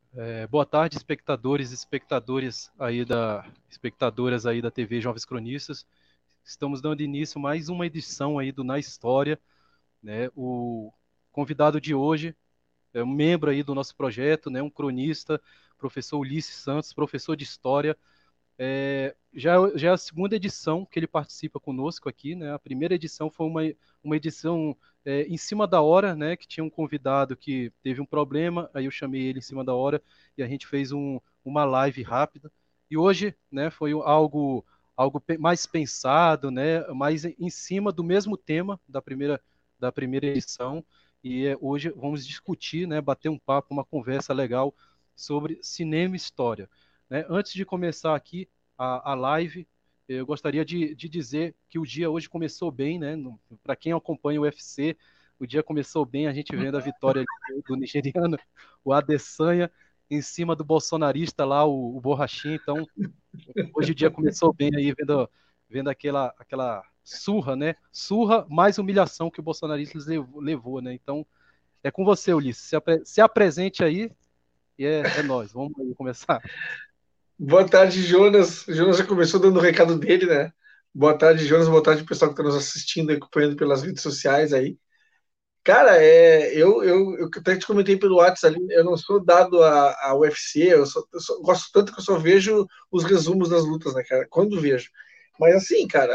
Boa tarde, espectadores e espectadoras aí da TV Jovens Cronistas. Estamos dando início a mais uma edição aí do Na História, né? O convidado de hoje é um membro aí do nosso projeto, né? Um cronista, professor Ulisses Santos, professor de História. Já é a segunda edição que ele participa conosco aqui, né? A primeira edição foi uma edição em cima da hora, né? Que tinha um convidado que teve um problema, aí eu chamei ele em cima da hora e a gente fez uma live rápida. E hoje, né? Foi algo mais pensado, né? Mais em cima do mesmo tema da primeira edição. E hoje vamos discutir, né? Bater um papo, uma conversa legal sobre cinema e história. Né? Antes de começar aqui a live, eu gostaria de dizer que o dia hoje começou bem, né? Para quem acompanha o UFC, o dia começou bem, a gente vendo a vitória do nigeriano, o Adesanya, em cima do bolsonarista lá, o Borrachinha. Então, hoje o dia começou bem aí, vendo aquela surra, né? Surra mais humilhação que o bolsonarista levou, né? Então, é com você, Ulisses. Se apresente aí e é nós. Vamos aí começar. Boa tarde, Jonas. Jonas já começou dando o recado dele, né? Boa tarde, Jonas. Boa tarde, pessoal que está nos assistindo e acompanhando pelas redes sociais aí. Cara, eu até te comentei pelo WhatsApp ali, eu não sou dado a UFC, gosto tanto que eu só vejo os resumos das lutas, né, cara? Quando vejo. Mas assim, cara,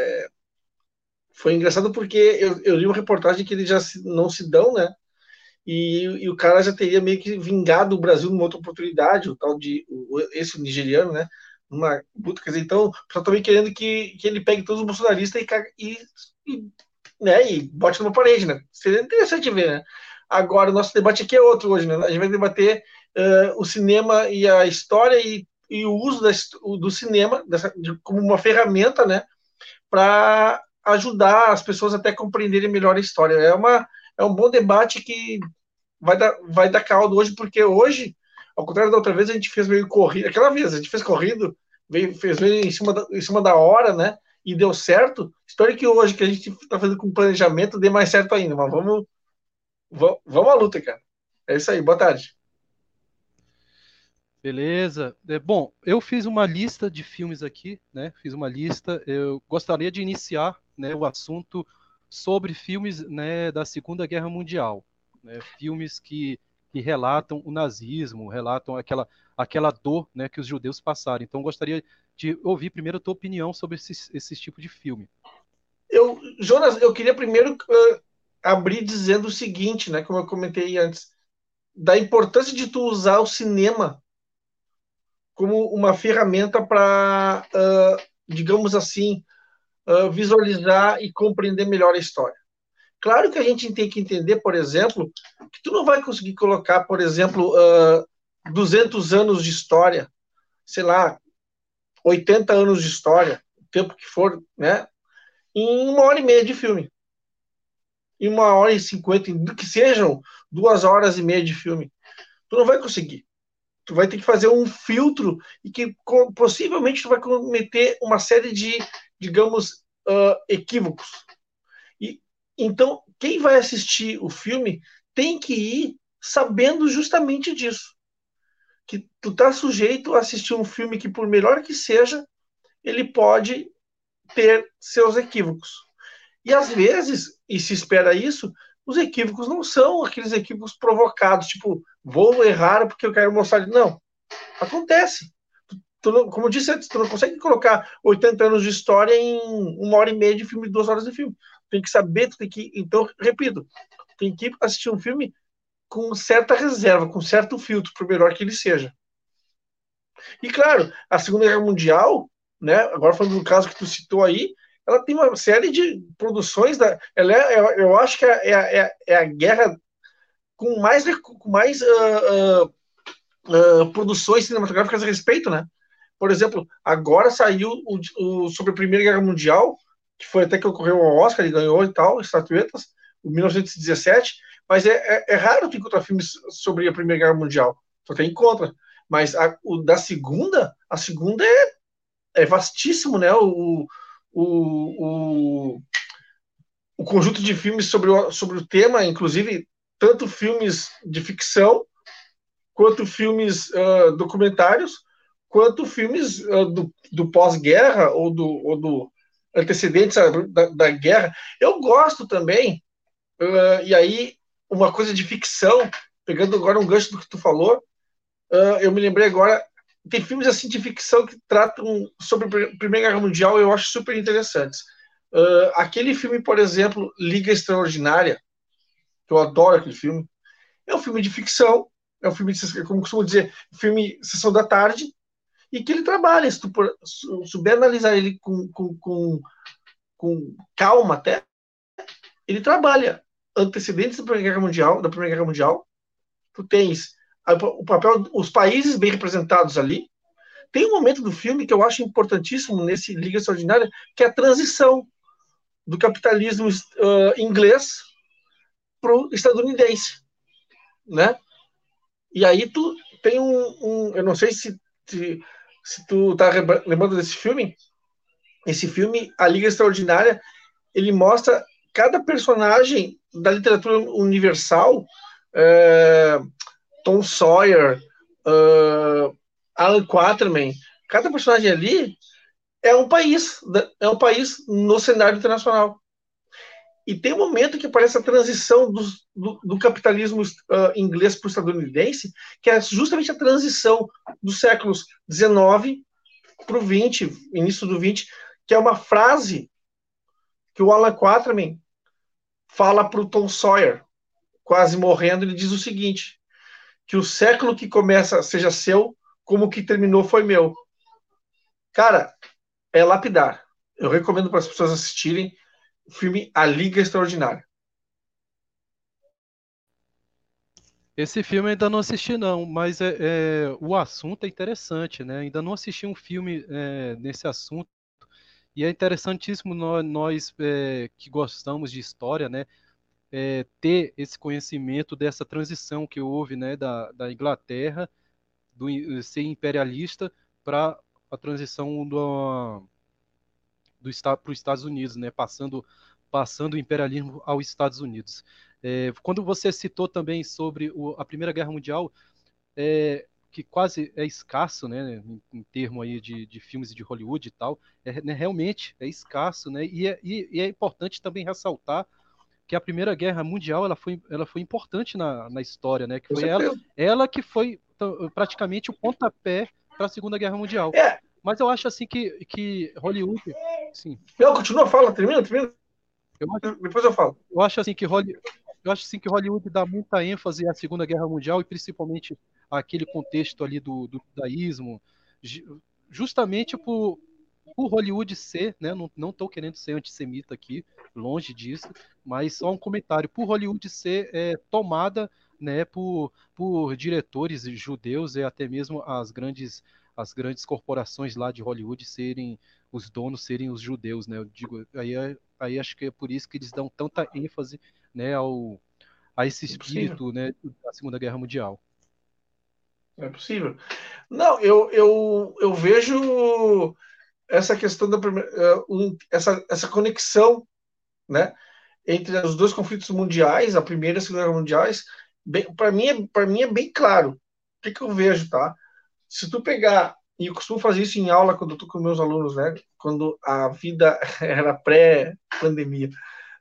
foi engraçado porque eu li uma reportagem que eles não se dão, né? E o cara já teria meio que vingado o Brasil numa outra oportunidade, o tal de esse nigeriano, né? Uma luta, quer dizer, então, o pessoal também querendo que ele pegue todos os bolsonaristas e, né, e bote numa parede, né? Seria interessante ver, né? Agora, o nosso debate aqui é outro hoje, né? A gente vai debater o cinema e a história e o uso do cinema como uma ferramenta, né? Para ajudar as pessoas até compreenderem melhor a história. É um bom debate que vai dar caldo hoje, porque hoje, ao contrário da outra vez, a gente fez meio corrido. Aquela vez, a gente fez corrido, fez meio em cima da hora, né? E deu certo. História que hoje, que a gente está fazendo com planejamento, dê mais certo ainda. Mas vamos à luta, cara. É isso aí, boa tarde. Beleza. Bom, eu fiz uma lista de filmes aqui, né? Fiz uma lista. Eu gostaria de iniciar, né, o assunto sobre filmes, né, da Segunda Guerra Mundial, né? Filmes que relatam o nazismo, relatam aquela dor, né, que os judeus passaram. Então, eu gostaria de ouvir primeiro a tua opinião sobre esse tipo de filme. Jonas, eu queria primeiro abrir dizendo o seguinte, né? Como eu comentei antes, da importância de tu usar o cinema como uma ferramenta para, digamos assim, visualizar e compreender melhor a história. Claro que a gente tem que entender, por exemplo, que tu não vai conseguir colocar, por exemplo, 200 anos de história, sei lá, 80 anos de história, o tempo que for, né, em 1 hora e meia de filme. Em 1 hora e 50, que sejam 2 horas e meia de filme. Tu não vai conseguir. Tu vai ter que fazer um filtro e que possivelmente tu vai cometer uma série de, digamos, equívocos. E, então, quem vai assistir o filme tem que ir sabendo justamente disso. Que tu tá sujeito a assistir um filme que, por melhor que seja, ele pode ter seus equívocos. E às vezes, e se espera isso, os equívocos não são aqueles equívocos provocados, tipo, vou errar porque eu quero mostrar. Não, acontece. Como eu disse antes, tu não consegue colocar 80 anos de história em 1 hora e meia de filme, 2 horas de filme. Tem que saber, tu tem que. Então, repito, tem que assistir um filme com certa reserva, com certo filtro, por melhor que ele seja. E claro, a Segunda Guerra Mundial, né, agora falando do caso que tu citou aí, ela tem uma série de produções, eu acho que é a guerra com mais produções cinematográficas a respeito, né? Por exemplo, agora saiu sobre a Primeira Guerra Mundial, que foi até que ocorreu ao Oscar, ele ganhou e tal, estatuetas, em 1917, mas é raro tu encontrar filmes sobre a Primeira Guerra Mundial, só tem encontra. Mas a segunda é vastíssimo, né? O, o conjunto de filmes sobre o tema, inclusive tanto filmes de ficção quanto filmes documentários, quanto filmes do pós-guerra ou do antecedentes da guerra. Eu gosto também, e aí uma coisa de ficção, pegando agora um gancho do que tu falou, eu me lembrei agora, tem filmes assim de ficção que tratam sobre a Primeira Guerra Mundial, eu acho super interessantes. Aquele filme, por exemplo, Liga Extraordinária, que eu adoro aquele filme, é um filme de ficção, é um filme, como costumo dizer, filme Sessão da Tarde, e que ele trabalha, se tu souber analisar ele com calma até, ele trabalha antecedentes da Primeira Guerra Mundial, tu tens o papel, os países bem representados ali. Tem um momento do filme que eu acho importantíssimo nesse Liga Extraordinária, que é a transição do capitalismo inglês para o estadunidense, né? E aí tu tem eu não sei se tu tá lembrando desse filme. Esse filme, A Liga Extraordinária, ele mostra cada personagem da literatura universal, Tom Sawyer, Alan Quatermain, cada personagem ali é um país no cenário internacional. E tem um momento que aparece a transição do capitalismo inglês para o estadunidense, que é justamente a transição dos séculos XIX para o XX, início do XX, que é uma frase que o Alan Quatermain fala para o Tom Sawyer, quase morrendo, ele diz o seguinte, que o século que começa seja seu, como o que terminou foi meu. Cara, é lapidar. Eu recomendo para as pessoas assistirem o filme A Liga Extraordinária. Esse filme eu ainda não assisti não, mas o assunto é interessante, né? Ainda não assisti um filme nesse assunto e é interessantíssimo nós, que gostamos de história, né? Ter esse conhecimento dessa transição que houve, né? Da Inglaterra ser imperialista para a transição para os Estados Unidos, né? Passando o imperialismo aos Estados Unidos. Quando você citou também sobre a Primeira Guerra Mundial, que quase é escasso, né, em termos aí de filmes de Hollywood e tal, né, realmente é escasso, né, e é importante também ressaltar que a Primeira Guerra Mundial ela foi importante na história, né, que Com foi certeza. ela que foi praticamente o pontapé para a Segunda Guerra Mundial. É. Mas eu acho assim que Hollywood, sim, Não, continua, fala, termina. eu acho, Depois eu falo. eu acho assim que Hollywood dá muita ênfase à Segunda Guerra Mundial e principalmente aquele contexto ali do judaísmo, justamente por Hollywood ser, né, não estou querendo ser antissemita aqui, longe disso, mas só um comentário, por Hollywood ser tomada, né, por diretores judeus e até mesmo as grandes corporações lá de Hollywood os donos serem os judeus, né? Eu digo, aí acho que é por isso que eles dão tanta ênfase, né, a esse É possível. espírito, né, da Segunda Guerra Mundial. É possível. Não, eu vejo essa questão essa conexão, né, entre os dois conflitos mundiais, a Primeira e a Segunda Guerra Mundiais, para mim é bem claro. O que eu vejo, tá? Se tu pegar, e eu costumo fazer isso em aula quando eu tô com meus alunos, né? Quando a vida era pré-pandemia,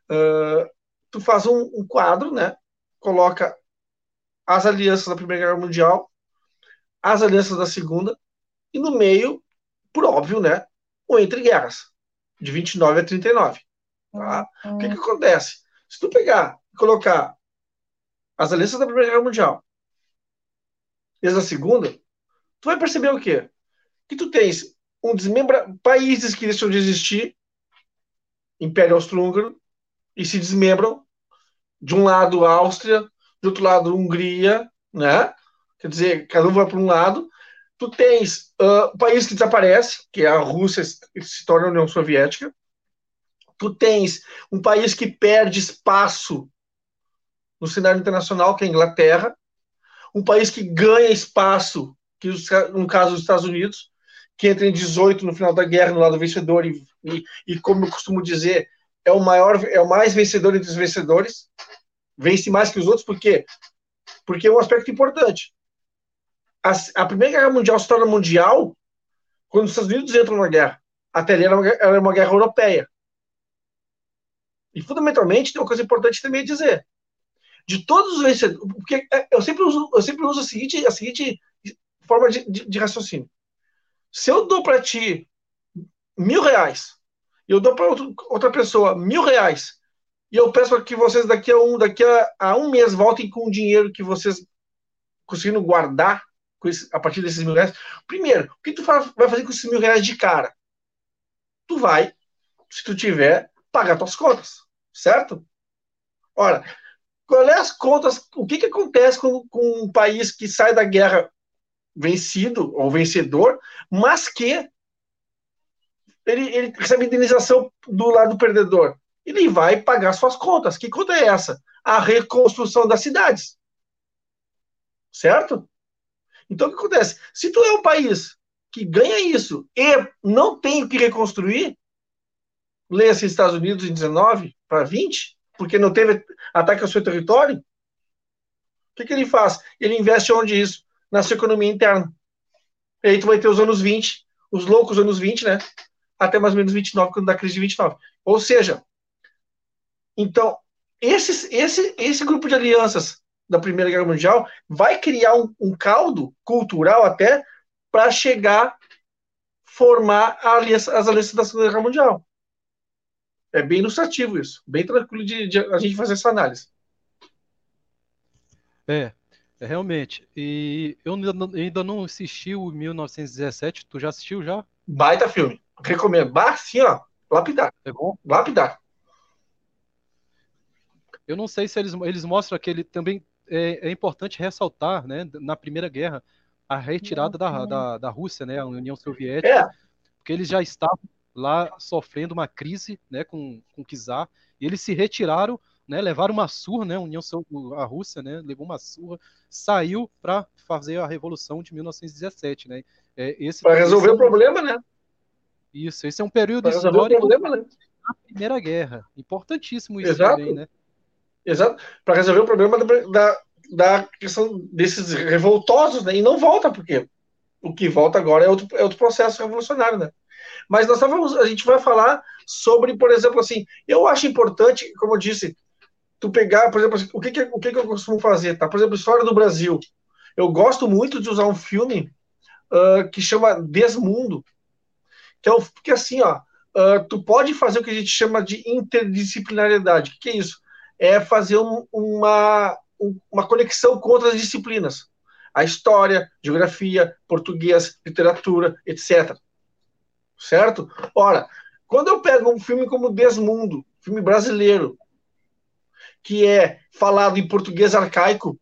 tu faz um quadro, né? Coloca as alianças da Primeira Guerra Mundial, as alianças da Segunda, e no meio, por óbvio, né? O Entre Guerras, de 29 a 39. Tá? O que acontece? Se tu pegar e colocar as alianças da Primeira Guerra Mundial e as da Segunda, tu vai perceber o quê? Que tu tens países que deixam de existir, Império Austro-Húngaro, e se desmembram. De um lado, Áustria, do outro lado, Hungria, né? Quer dizer, cada um vai para um lado. Tu tens o país que desaparece, que é a Rússia, se torna a União Soviética. Tu tens um país que perde espaço no cenário internacional, que é a Inglaterra. Um país que ganha espaço, que no caso dos Estados Unidos, que entra em 18 no final da guerra, no lado vencedor, e como eu costumo dizer, é o mais vencedor entre os vencedores, vence mais que os outros, por quê? Porque é um aspecto importante. a Primeira Guerra Mundial se torna mundial quando os Estados Unidos entram na guerra. Até ali era uma guerra europeia. E, fundamentalmente, tem uma coisa importante também a dizer. De todos os vencedores, porque eu sempre uso a seguinte forma de raciocínio. Se eu dou para ti R$ 1.000, e eu dou para outra pessoa R$ 1.000, e eu peço para que vocês daqui a um mês voltem com o dinheiro que vocês conseguiram guardar a partir desses R$ 1.000. Primeiro, o que tu vai fazer com esses R$ 1.000 de cara? Tu vai, se tu tiver, pagar tuas contas, certo? Ora, qual é as contas? O que acontece com um país que sai da guerra vencido ou vencedor, mas que ele recebe indenização do lado perdedor? Ele vai pagar suas contas. Que conta é essa? A reconstrução das cidades, certo? Então, o que acontece? Se tu é um país que ganha isso e não tem o que reconstruir, leia-se Estados Unidos em 19 para 20, porque não teve ataque ao seu território, o que ele faz? Ele investe onde isso? Na sua economia interna. E aí tu vai ter os anos 20, os loucos anos 20, né? Até mais ou menos 29, quando dá a crise de 29. Ou seja, então, esse grupo de alianças da Primeira Guerra Mundial vai criar um caldo cultural até para chegar formar as alianças da Segunda Guerra Mundial. É bem ilustrativo isso, bem tranquilo de a gente fazer essa análise. É, realmente. E eu ainda não assisti o 1917. Tu já assistiu já? Baita filme. Recomendo. Bah, sim, ó. Lapidar. É bom? Lapidar. Eu não sei se eles mostram aquele também. É importante ressaltar, né, na Primeira Guerra, a retirada da Rússia, né, a União Soviética, É, porque eles já estavam lá sofrendo uma crise, né, com o czar, e eles se retiraram, né, levaram uma surra, né, a Rússia, né, levou uma surra, saiu para fazer a Revolução de 1917, né. para Esse resolver é o problema, né? esse é um período Para resolver o histórico problema, né? da Primeira Guerra. Importantíssimo isso também, Exato. né? Exato. Para resolver o problema da questão desses revoltosos, né? E não volta, porque o que volta agora é outro processo revolucionário, né? Mas a gente vai falar sobre, por exemplo, assim, eu acho importante, como eu disse, tu pegar, por exemplo, assim, o que eu costumo fazer, tá? Por exemplo, história do Brasil. Eu gosto muito de usar um filme que chama Desmundo, que assim, ó, tu pode fazer o que a gente chama de interdisciplinariedade. O que é isso? É fazer uma conexão com outras disciplinas. A história, geografia, português, literatura, etc. Certo? Ora, quando eu pego um filme como Desmundo, filme brasileiro, que é falado em português arcaico,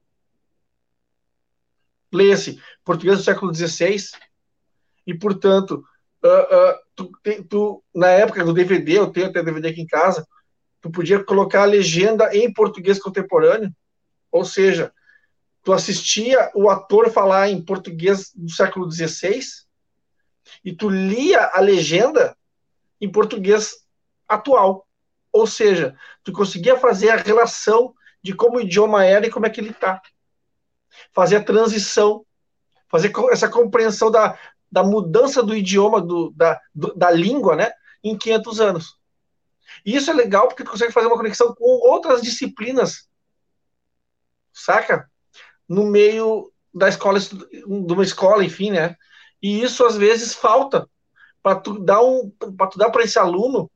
leia-se português do século XVI, e, portanto, na época do DVD, eu tenho até DVD aqui em casa, tu podia colocar a legenda em português contemporâneo, ou seja, tu assistia o ator falar em português do século XVI e tu lia a legenda em português atual. Ou seja, tu conseguia fazer a relação de como o idioma era e como é que ele está. Fazer a transição, fazer essa compreensão da mudança do idioma, da língua, né, em 500 anos. E isso é legal porque tu consegue fazer uma conexão com outras disciplinas, saca? No meio da escola, de uma escola, enfim, né? E isso às vezes falta para tu dar para esse aluno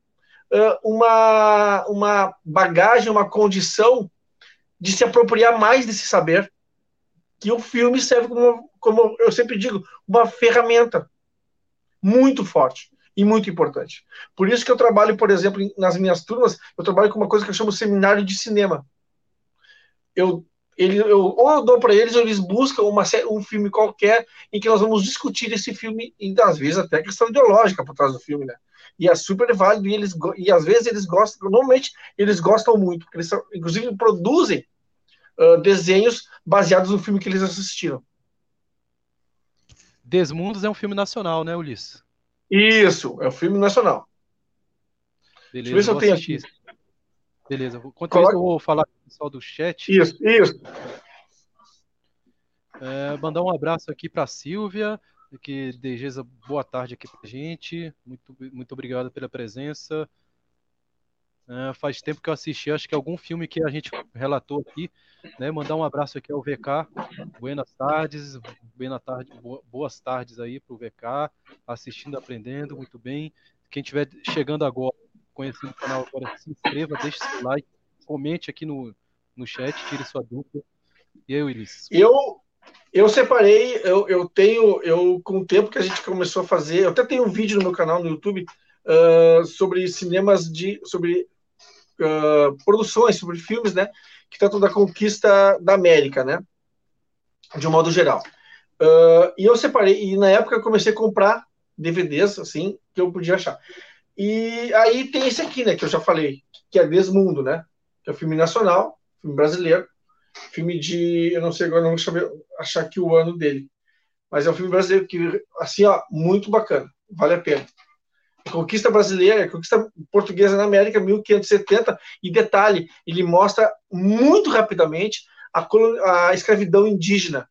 uma bagagem, uma condição de se apropriar mais desse saber, que o filme serve como eu sempre digo, uma ferramenta muito forte e muito importante. Por isso que eu trabalho, por exemplo, nas minhas turmas, eu trabalho com uma coisa que eu chamo seminário de cinema. Eu, ou eu dou para eles, ou eles buscam um filme qualquer em que nós vamos discutir esse filme, e às vezes até a questão ideológica por trás do filme, né? E é super válido, e às vezes eles gostam, normalmente eles gostam muito, porque eles inclusive produzem desenhos baseados no filme que eles assistiram. Desmundos é um filme nacional, né, Ulisses? Isso, é um filme nacional. Deixa eu ver Beleza, se eu eu vou tenho assistir aqui. isso. Beleza. Enquanto isso, eu Coloca... vou falar com o pessoal do chat. Isso, isso. Mandar um abraço aqui para a Silvia, que deseja boa tarde aqui para a gente. Muito obrigado pela presença. Faz tempo que eu assisti, acho que algum filme que a gente relatou aqui, né? Mandar um abraço aqui ao VK. Buenas tardes, boas tardes aí para o VK, assistindo, aprendendo, muito bem. Quem estiver chegando agora, conhecendo o canal agora, se inscreva, deixe seu like, comente aqui no chat, tire sua dúvida. E aí, Ulisses? Eu separei, eu tenho, com o tempo que a gente começou a fazer, eu até tenho um vídeo no meu canal no YouTube sobre cinemas sobre produções, sobre filmes, né, que tratam da conquista da América, né, de um modo geral. E eu separei, e na época eu comecei a comprar DVDs, assim, que eu podia achar. E aí tem esse aqui, né, que eu já falei, que é Desmundo, né, que é um filme nacional, filme brasileiro, filme de, eu não sei agora, não vou saber, achar aqui o ano dele, mas é um filme brasileiro que, assim, ó, muito bacana, vale a pena. Conquista brasileira, conquista portuguesa na América, 1570, e detalhe, ele mostra muito rapidamente a escravidão indígena,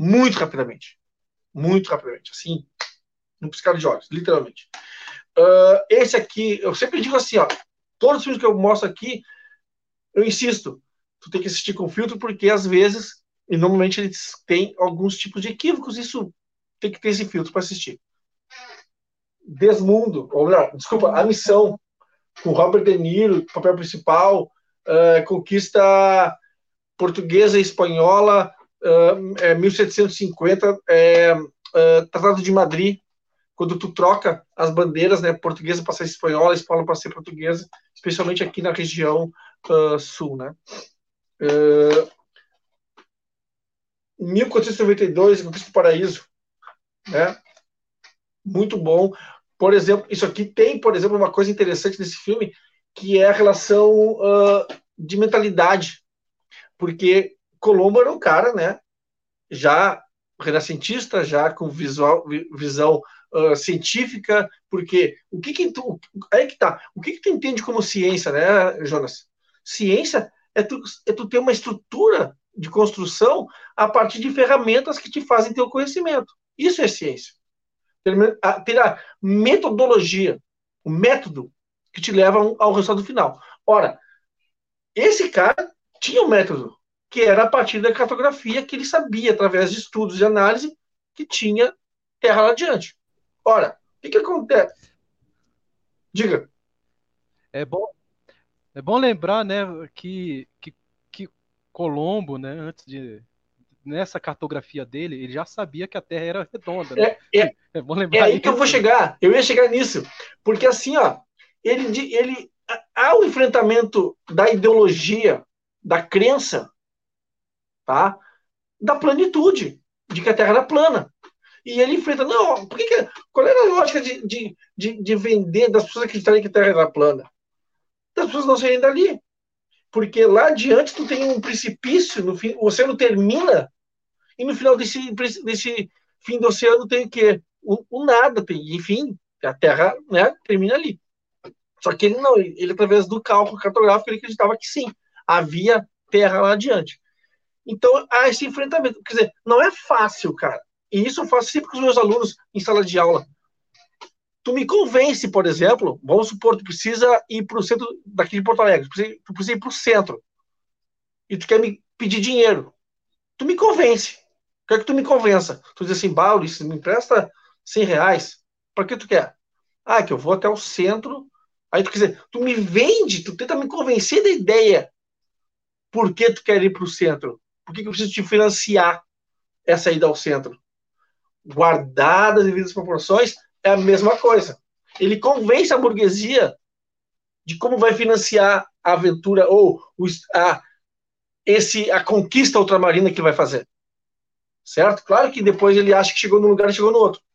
muito rapidamente, assim, no piscar de olhos, literalmente. Esse aqui, eu sempre digo assim, ó, todos os filmes que eu mostro aqui, eu insisto, tu tem que assistir com filtro, porque às vezes, e normalmente eles têm alguns tipos de equívocos, isso tem que ter esse filtro para assistir. Desmundo, ou melhor, desculpa, A Missão, com Robert De Niro, papel principal, conquista portuguesa e espanhola, 1750, Tratado de Madrid, quando tu troca as bandeiras, né, portuguesa para ser espanhola, espanhola para ser portuguesa, especialmente aqui na região sul, né. 1492, Conquista do Paraíso, né, muito bom. Por exemplo, isso aqui tem, por exemplo, uma coisa interessante nesse filme, que é a relação de mentalidade, porque Colombo era um cara, né, já renascentista, já com visão científica, porque aí que tá, o que tu entende como ciência, né, Jonas? Ciência é tu ter uma estrutura de construção a partir de ferramentas que te fazem ter o conhecimento. Isso é ciência. Ter a metodologia, o método que te leva ao resultado final. Ora, esse cara tinha um método, que era a partir da cartografia que ele sabia, através de estudos e análise, que tinha terra lá adiante. Ora, o que acontece? Diga. É bom, é bom lembrar, né, que Colombo, né, nessa cartografia dele, ele já sabia que a Terra era redonda, né? É, é, É bom é lembrar aí que eu vou isso, né? chegar. Eu ia chegar nisso. Porque assim, ó, há o enfrentamento da ideologia, da crença, tá? Da planitude, de que a Terra era plana. E ele enfrenta, não, qual era a lógica de vender, das pessoas acreditarem que a Terra era plana? Das pessoas não saírem dali. Porque lá adiante tu tem um precipício, no fim, o oceano termina, e no final desse fim do oceano tem o quê? O nada, tem, enfim, a Terra, né, termina ali. Só que ele não, ele através do cálculo cartográfico, ele acreditava que sim, havia Terra lá adiante. Então, há esse enfrentamento. Quer dizer, não é fácil, cara. E isso eu faço sempre com os meus alunos em sala de aula. Tu me convence, por exemplo, vamos supor, tu precisa ir para o centro daqui de Porto Alegre, tu precisa ir para o centro, e tu quer me pedir dinheiro. Tu me convence. Quer que tu me convença. Tu diz assim, Ulisses, me empresta R$ 100. Para que tu quer? Ah, que eu vou até o centro. Aí tu quer dizer, tu me vende, tu tenta me convencer da ideia. Por que tu quer ir para o centro? Por que eu preciso te financiar essa ida ao centro? Guardadas as devidas proporções, é a mesma coisa. Ele convence a burguesia de como vai financiar a aventura ou a conquista ultramarina que ele vai fazer. Certo? Claro que depois ele acha que chegou num lugar e chegou no outro.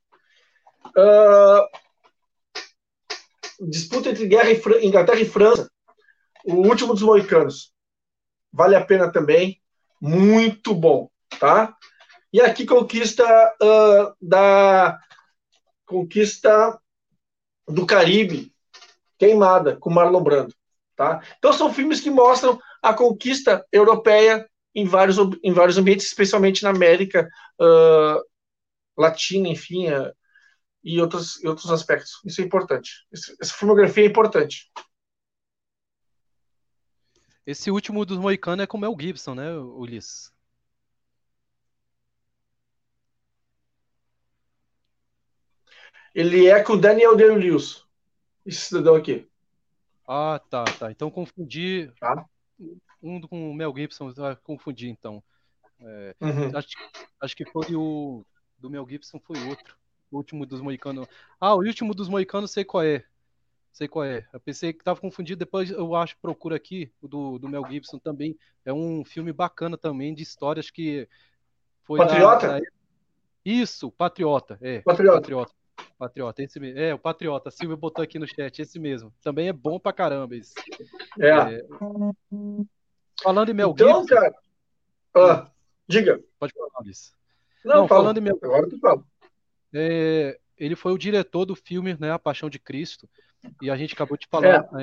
Disputa entre Inglaterra e França. O último dos moicanos. Vale a pena também. Muito bom. Tá? E aqui conquista do Caribe, Queimada, com Marlon Brando. Tá? Então são filmes que mostram a conquista europeia em vários ambientes, especialmente na América uh, Latina, enfim, e outros aspectos. Isso é importante. Essa filmografia é importante. Esse último dos Moicanos é com o Mel Gibson, né, Ulisses? Ele é com Daniel Day-Lewis, esse cidadão aqui. Ah, tá, tá. Então confundi Tá? um com o Mel Gibson, confundi então. É, Uhum. acho, acho que foi o do Mel Gibson foi outro. O último dos Moicanos. Ah, o último dos Moicanos sei qual é. Sei qual é. Eu pensei que tava confundido, depois eu acho, procuro aqui, o do Mel Gibson também. É um filme bacana também, de histórias que foi Patriota? Isso, Patriota, Patriota. Patriota. Patriota, esse mesmo. É, o Patriota. A Silvia botou aqui no chat, esse mesmo. Também é bom pra caramba esse. É. É, falando em Mel Então, Gibson, cara, hum, diga. pode falar isso. Não, Não, falando fala. em Mel Agora tu fala. ele foi o diretor do filme, né, A Paixão de Cristo, e a gente acabou de falar É,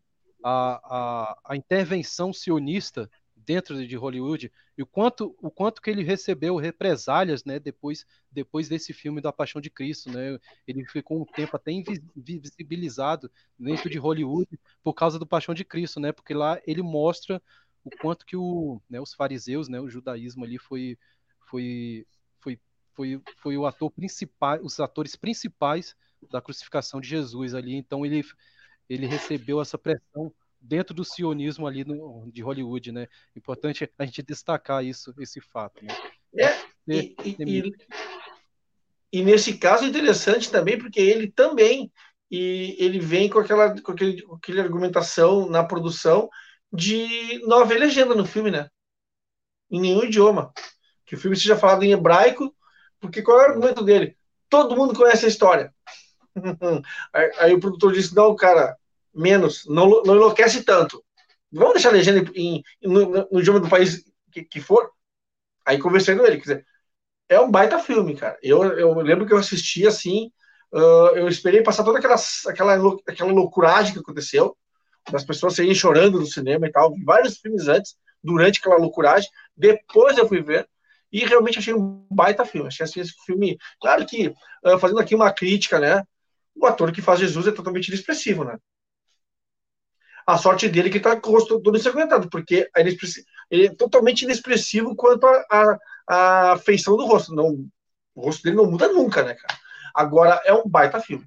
a intervenção sionista dentro de Hollywood e o quanto que ele recebeu represálias, né, depois desse filme da Paixão de Cristo, né? Ele ficou um tempo até invisibilizado dentro de Hollywood por causa do Paixão de Cristo, né? Porque lá ele mostra o quanto que os fariseus, né, o judaísmo ali foi foi foi o ator principal, os atores principais da crucificação de Jesus ali. Então ele recebeu essa pressão dentro do sionismo ali de Hollywood, né? Importante a gente destacar isso, esse fato, né? é. Ter, E, e, ter e, e nesse caso é interessante também, porque ele também ele vem com aquela argumentação na produção de não haver legenda no filme, né? Em nenhum idioma. Que o filme seja falado em hebraico, porque qual é o argumento dele? Todo mundo conhece a história. Aí o produtor disse: não, cara, menos, não enlouquece tanto. Vamos deixar a legenda no idioma do país que for? Aí conversei com ele, quer dizer, é um baita filme, cara. Eu lembro que eu assisti assim, eu esperei passar toda aquela loucuragem que aconteceu, das pessoas saírem chorando no cinema e tal. Vi vários filmes antes, durante aquela loucuragem. Depois eu fui ver e realmente achei um baita filme. Achei assim, esse filme. Claro que, fazendo aqui uma crítica, né? O ator que faz Jesus é totalmente inexpressivo, né? A sorte dele é que tá com o rosto todo ensanguentado, porque ele é totalmente inexpressivo quanto a feição do rosto. Não, o rosto dele não muda nunca, né, cara? Agora é um baita filme.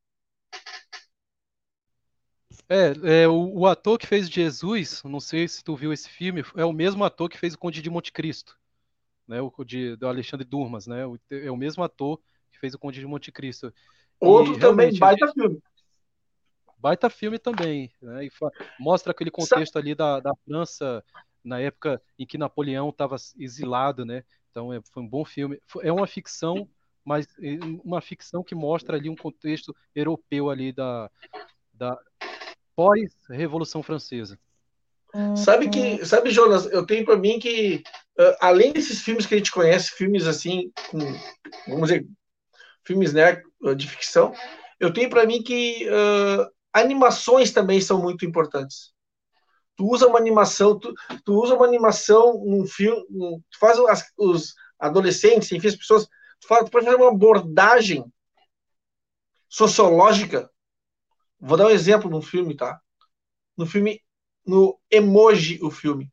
o ator que fez Jesus, não sei se tu viu esse filme, é o mesmo ator que fez o Conde de Monte Cristo, né? Do Alexandre Dumas, né? É o mesmo ator que fez o Conde de Monte Cristo. E Outro também realmente, baita filme. baita filme também, né? Mostra aquele contexto ali da França na época em que Napoleão estava exilado, né? Então foi um bom filme. É uma ficção, mas uma ficção que mostra ali um contexto europeu ali da pós-Revolução Francesa. Sabe, Jonas, eu tenho para mim que, além desses filmes que a gente conhece, filmes assim, vamos dizer, filmes, né, de ficção, eu tenho para mim que animações também são muito importantes. Tu usa uma animação num filme, tu faz os adolescentes, enfim, as pessoas, tu pode fazer uma abordagem sociológica. Vou dar um exemplo num filme, tá? No filme, no Emoji, o filme.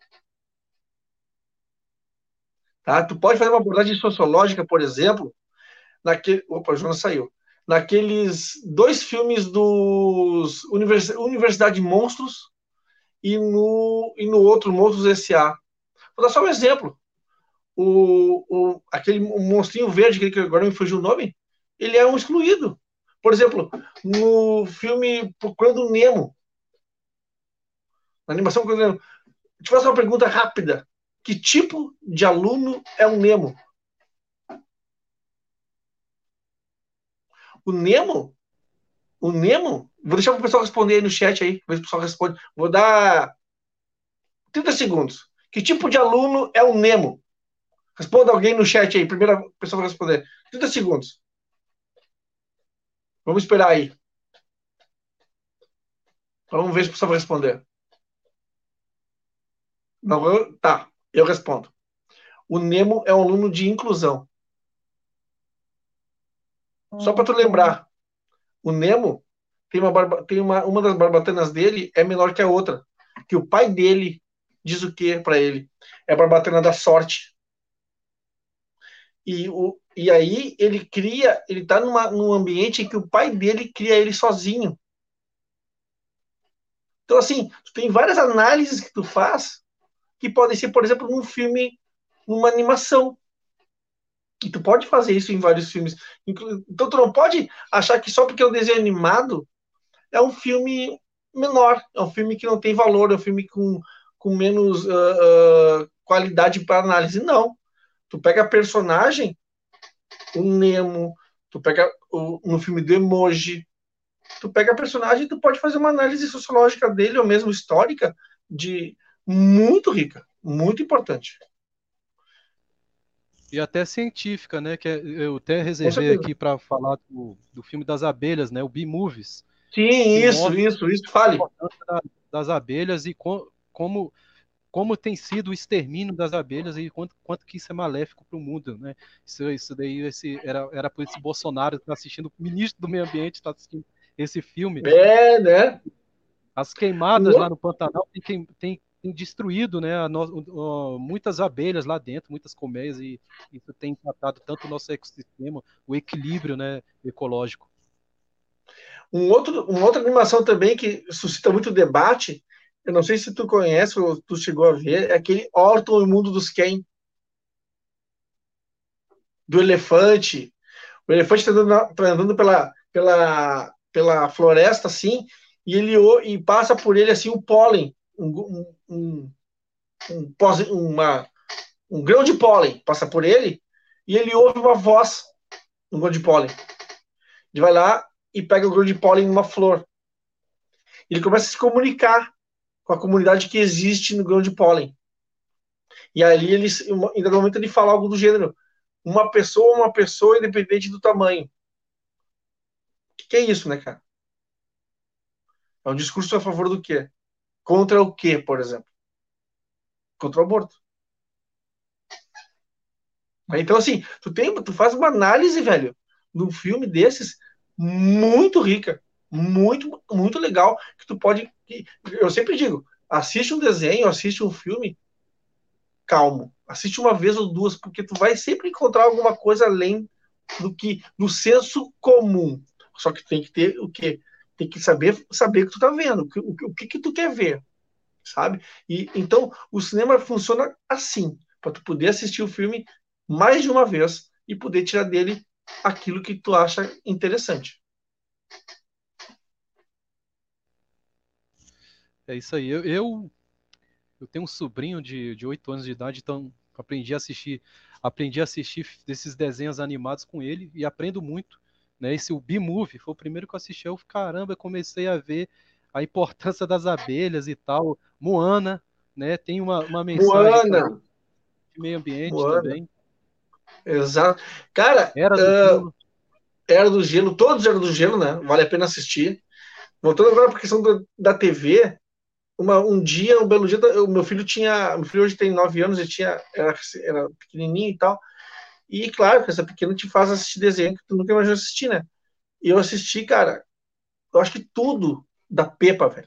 Tá? Tu pode fazer uma abordagem sociológica, por exemplo, naquele. Opa, o Jonas saiu. Naqueles dois filmes dos Universidade de Monstros e no outro, Monstros S.A. Vou dar só um exemplo. Aquele monstrinho verde, que agora me fugiu o nome, ele é um excluído. Por exemplo, no filme Procurando o Nemo, na animação Procurando o Nemo, te faço uma pergunta rápida. Que tipo de aluno é o Nemo? O Nemo? O Nemo? Vou deixar o pessoal responder aí no chat aí, ver se o pessoal responde. Vou dar 30 segundos. Que tipo de aluno é o Nemo? Responda alguém no chat aí, primeira pessoa vai responder. 30 segundos. Vamos esperar aí. Vamos ver se o pessoal vai responder. Não, tá. Eu respondo. O Nemo é um aluno de inclusão. Só para tu lembrar, o Nemo tem uma das barbatanas dele é menor que a outra. Que o pai dele diz o que para ele? É a barbatana da sorte. E aí ele tá num ambiente em que o pai dele cria ele sozinho. Então, assim, tu tem várias análises que tu faz que podem ser, por exemplo, num filme, numa animação. E tu pode fazer isso em vários filmes. Então, tu não pode achar que só porque é um desenho animado é um filme menor, é um filme que não tem valor, é um filme com menos qualidade para análise. Não. Tu pega a personagem, o Nemo, tu pega no filme do Emoji, tu pega a personagem e tu pode fazer uma análise sociológica dele, ou mesmo histórica, de muito rica, muito importante. E até científica, né? Eu até Com reservei certeza. aqui para falar do filme das abelhas, né? O Bee-Movies, Sim, que isso, mostra isso, isso. a Fale. importância das abelhas e como tem sido o extermínio das abelhas e quanto que isso é maléfico para o mundo, né? Isso daí era por esse Bolsonaro que está assistindo, o ministro do Meio Ambiente está assistindo esse filme. É, né? As queimadas lá no Pantanal tem destruído, né, muitas abelhas lá dentro, muitas colmeias, e isso tem impactado tanto o nosso ecossistema, o equilíbrio, né, ecológico. Uma outra animação também que suscita muito debate, eu não sei se tu conhece ou tu chegou a ver, é aquele Orton e o Mundo dos Ken, do elefante. O elefante está andando pela floresta, assim, e passa por ele, assim, um pólen, um grão de pólen passa por ele, e ele ouve uma voz no grão de pólen. Ele vai lá e pega o grão de pólen numa flor. Ele começa a se comunicar com a comunidade que existe no grão de pólen. E ali em dado momento ele fala algo do gênero: uma pessoa, independente do tamanho. O que é isso, né, cara? É um discurso a favor do quê? Contra o quê, por exemplo? Contra o aborto. Então, assim, tu faz uma análise, velho, num filme desses muito rica, muito, muito legal, que tu pode. Eu sempre digo, assiste um desenho, assiste um filme, calmo. Assiste uma vez ou duas, porque tu vai sempre encontrar alguma coisa além do senso comum. Só que tem que ter o quê? Tem que saber o que tu tá vendo, o que tu quer ver, sabe? E então o cinema funciona assim, para tu poder assistir o filme mais de uma vez e poder tirar dele aquilo que tu acha interessante. É isso aí. Eu tenho um sobrinho de 8 anos de idade, então aprendi a assistir desses desenhos animados com ele e aprendo muito. Né? Esse o B-Movie foi o primeiro que eu assisti. Eu, caramba, eu comecei a ver a importância das abelhas e tal. Moana, né? Tem uma mensagem Moana, também de meio ambiente Moana, também. exato. Cara, Era do Gelo. Era do Gelo, todos eram do Gelo, né? Vale a pena assistir. Voltando agora para a questão da TV, um dia, um belo dia, meu filho hoje tem 9 anos, era pequenininho e tal, e claro que essa pequena te faz assistir desenho que tu nunca imaginou assistir, né? E eu assisti, cara, eu acho que tudo da Peppa, velho.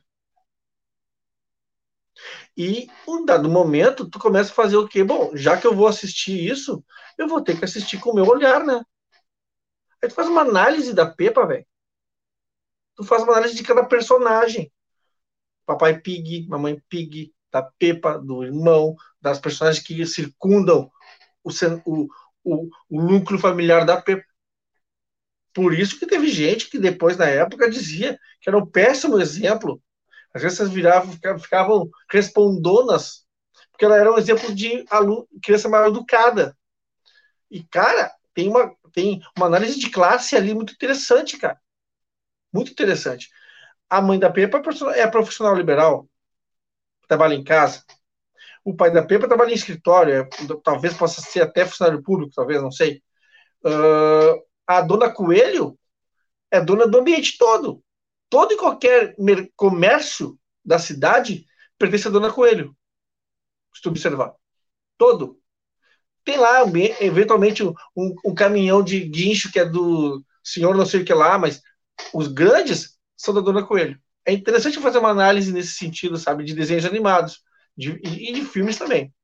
E um dado momento, tu começa a fazer o quê? Bom, já que eu vou assistir isso, eu vou ter que assistir com o meu olhar, né? Aí tu faz uma análise da Peppa, velho. Tu faz uma análise de cada personagem. Papai Pig, Mamãe Pig, da Peppa, do irmão, das personagens que circundam o, o núcleo familiar da Peppa. Por isso que teve gente que depois, na época, dizia que era um péssimo exemplo. Às vezes ficavam respondonas, porque ela era um exemplo de criança mal educada. E, cara, tem uma análise de classe ali muito interessante, cara. Muito interessante. A mãe da Peppa é profissional liberal, trabalha em casa. O pai da Peppa trabalha em escritório, talvez possa ser até funcionário público, talvez, não sei. A dona Coelho é dona do ambiente todo. Todo e qualquer comércio da cidade pertence à dona Coelho, se tu observar. Todo. Tem lá, eventualmente, um caminhão de guincho que é do senhor não sei o que lá, mas os grandes são da Dona Coelho. É interessante fazer uma análise nesse sentido, sabe, de desenhos animados e de filmes também.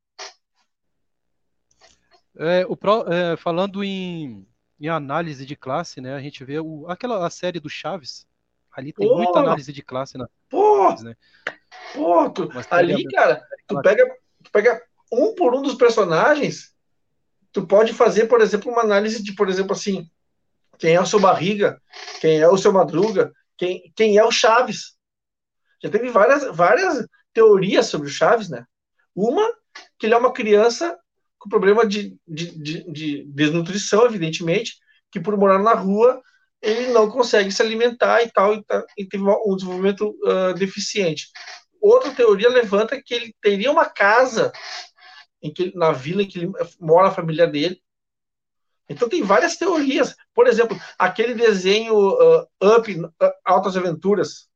Falando em análise de classe, né? A gente vê a série do Chaves. Ali tem muita Pô, análise de classe, pô, né? pô, Uma série ali, cara, tu americana. pega, tu pega um por um dos personagens, tu pode fazer, por exemplo, uma análise de, por exemplo, assim, quem é o seu Barriga, quem é o seu Madruga, quem é o Chaves. Já teve várias teorias sobre o Chaves, né? Uma, que ele é uma criança com problema de desnutrição, evidentemente, que por morar na rua, ele não consegue se alimentar e teve um desenvolvimento deficiente. Outra teoria levanta que ele teria uma casa na vila em que ele mora a família dele. Então tem várias teorias. Por exemplo, aquele desenho Up, Altas Aventuras,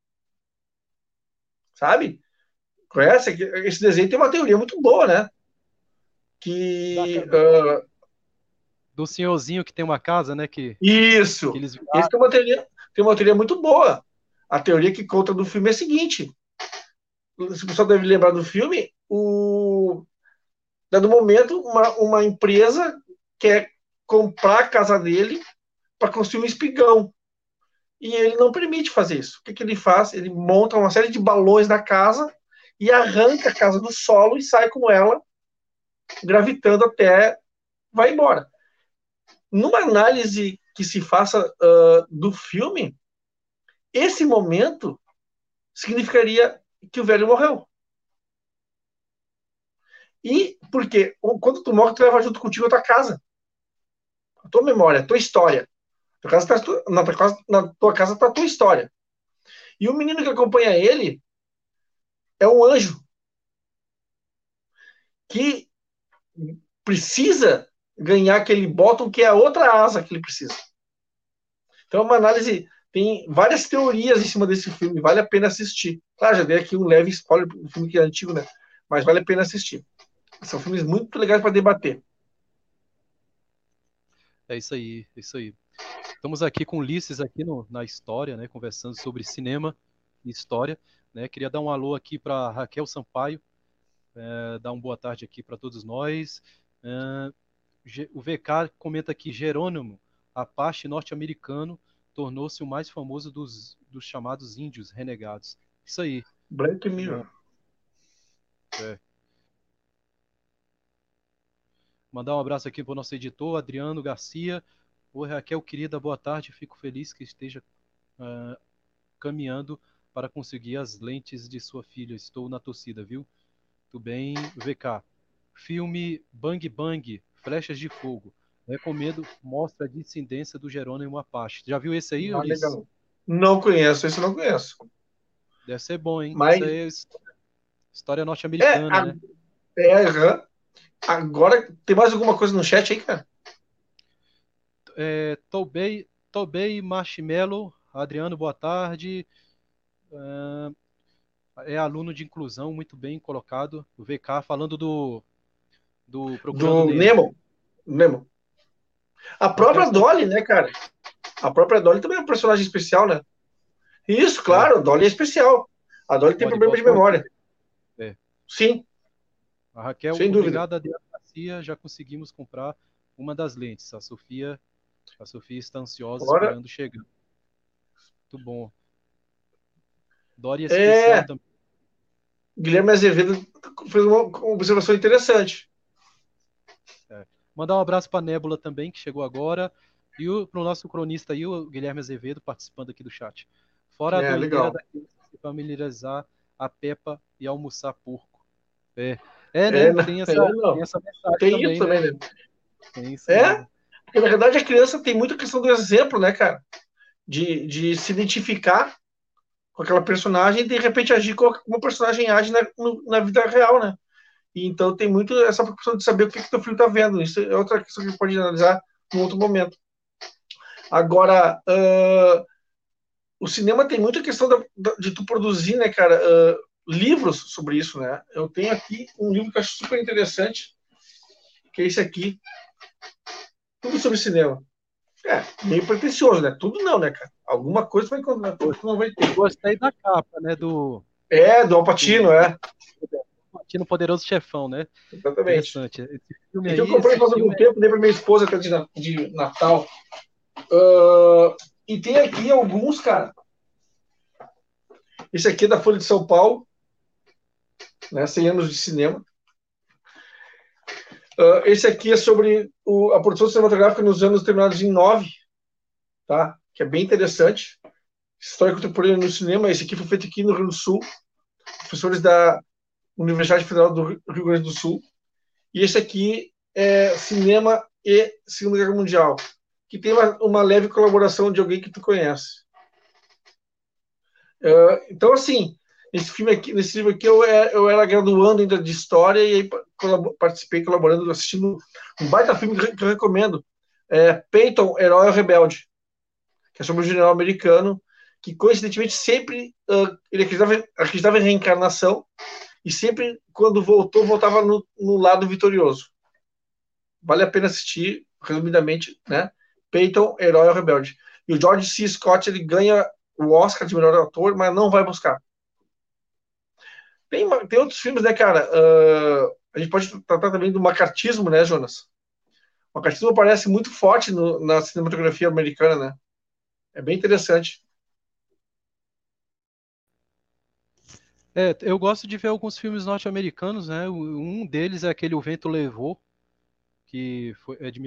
sabe? Conhece? Esse desenho tem uma teoria muito boa, né? Da, Que do senhorzinho que tem uma casa, né? Que isso. eles Esse tem uma teoria muito boa. A teoria que conta do filme é a seguinte: se o pessoal deve lembrar do filme, dado momento, uma empresa quer comprar a casa dele para construir um espigão. E ele não permite fazer isso. O que ele faz? Ele monta uma série de balões na casa e arranca a casa do solo e sai com ela, gravitando até vai embora. Numa análise que se faça do filme, esse momento significaria que o velho morreu. E porque quando tu morre, tu leva junto contigo a tua casa, a tua memória, a tua história. Na tua casa está a tua história. E o menino que acompanha ele é um anjo que precisa ganhar aquele bottom que é a outra asa que ele precisa. Então é uma análise, tem várias teorias em cima desse filme, vale a pena assistir. Claro, já dei aqui um leve spoiler do filme que é antigo, né? Mas vale a pena assistir. São filmes muito legais para debater. É isso aí, é isso aí. Estamos aqui com Ulisses aqui na história, né? Conversando sobre cinema e história, né? Queria dar um alô aqui para Raquel Sampaio, dar uma boa tarde aqui para todos nós. O VK comenta aqui, Jerônimo, Apache norte-americano, tornou-se o mais famoso dos chamados índios renegados. Isso aí. Black Bom, Mirror. é. Mandar um abraço aqui para o nosso editor, Adriano Garcia. Oi, Raquel, querida, boa tarde. Fico feliz que esteja caminhando para conseguir as lentes de sua filha. Estou na torcida, viu? Tudo bem, VK. Filme Bang Bang, Flechas de Fogo. Recomendo, mostra a descendência do Jerônimo Apache. Já viu esse aí, Ah, Ulisses? legal. Não conheço, esse eu não conheço. Deve ser bom, hein? Mas Isso aí é história é, norte-americana, né? uhum. Agora tem mais alguma coisa no chat aí, cara? Tobey Marshmallow, Adriano, boa tarde. É aluno de inclusão, muito bem colocado. O VK falando do Procurando Do Nemo. Nemo. A Raquel própria Sampaio. Dolly, né, cara? A própria Dolly também é um personagem especial, né? Isso, É, claro, a Dolly é especial. A Dolly tem pode problema de botar o memória. é. Sim, A Raquel, sem dúvida. obrigado, Adriano Garcia. Já conseguimos comprar uma das lentes. A Sofia está ansiosa Agora, esperando chegar. Muito bom. Dória especial é, também. Guilherme Azevedo fez uma observação interessante. É. Mandar um abraço para a Nébula também, que chegou agora. E para o nosso cronista aí, o Guilherme Azevedo, participando aqui do chat. Fora a É, doideira legal. da criança se familiarizar a Peppa e almoçar porco. É, É, né? não, Tem não. essa mensagem Tem isso também, também, né? né? Tem isso É, mesmo. porque na verdade a criança tem muita questão do exemplo, né, cara? De se identificar com aquela personagem e de repente agir como o personagem age na vida real, né? E então tem muito essa preocupação de saber o que teu filho tá vendo. Isso é outra questão que a gente pode analisar em outro momento. Agora, o cinema tem muita questão de tu produzir, né, cara, livros sobre isso, né? Eu tenho aqui um livro que eu acho super interessante, que é esse aqui. Tudo sobre cinema. Meio pretencioso, né? Tudo não, né, cara? Alguma coisa vai encontrar, tudo que não vai ter. Gostei da capa, né? Do Al Pacino, Do Latino Poderoso Chefão, né? Exatamente. Interessante. Esse filme E que eu aí, comprei esse faz algum filme tempo, dei pra minha esposa até de Natal. E tem aqui alguns, cara. Esse aqui é da Folha de São Paulo, né? 100 anos de cinema. Esse aqui é sobre a produção cinematográfica nos anos terminados em 9, tá? Que é bem interessante. História contemporânea no cinema. Esse aqui foi feito aqui no Rio Grande do Sul. Professores da Universidade Federal do Rio Grande do Sul. E esse aqui é Cinema e Segunda Guerra Mundial, que tem uma leve colaboração de alguém que tu conhece. Então, assim, nesse livro aqui, eu era graduando ainda de História e aí participei colaborando, assistindo um baita filme que eu recomendo, Peyton, Herói ou Rebelde, que é sobre um general americano que, coincidentemente, sempre ele acreditava em reencarnação e sempre, quando voltava no lado vitorioso. Vale a pena assistir, resumidamente, né? Peyton, Herói ou Rebelde. E o George C. Scott, ele ganha o Oscar de melhor ator, mas não vai buscar. Tem outros filmes, né, cara? A gente pode tratar também do macartismo, né, Jonas? O macartismo aparece muito forte na cinematografia americana, né? É bem interessante. eu gosto de ver alguns filmes norte-americanos, né? Um deles é aquele O Vento Levou, é de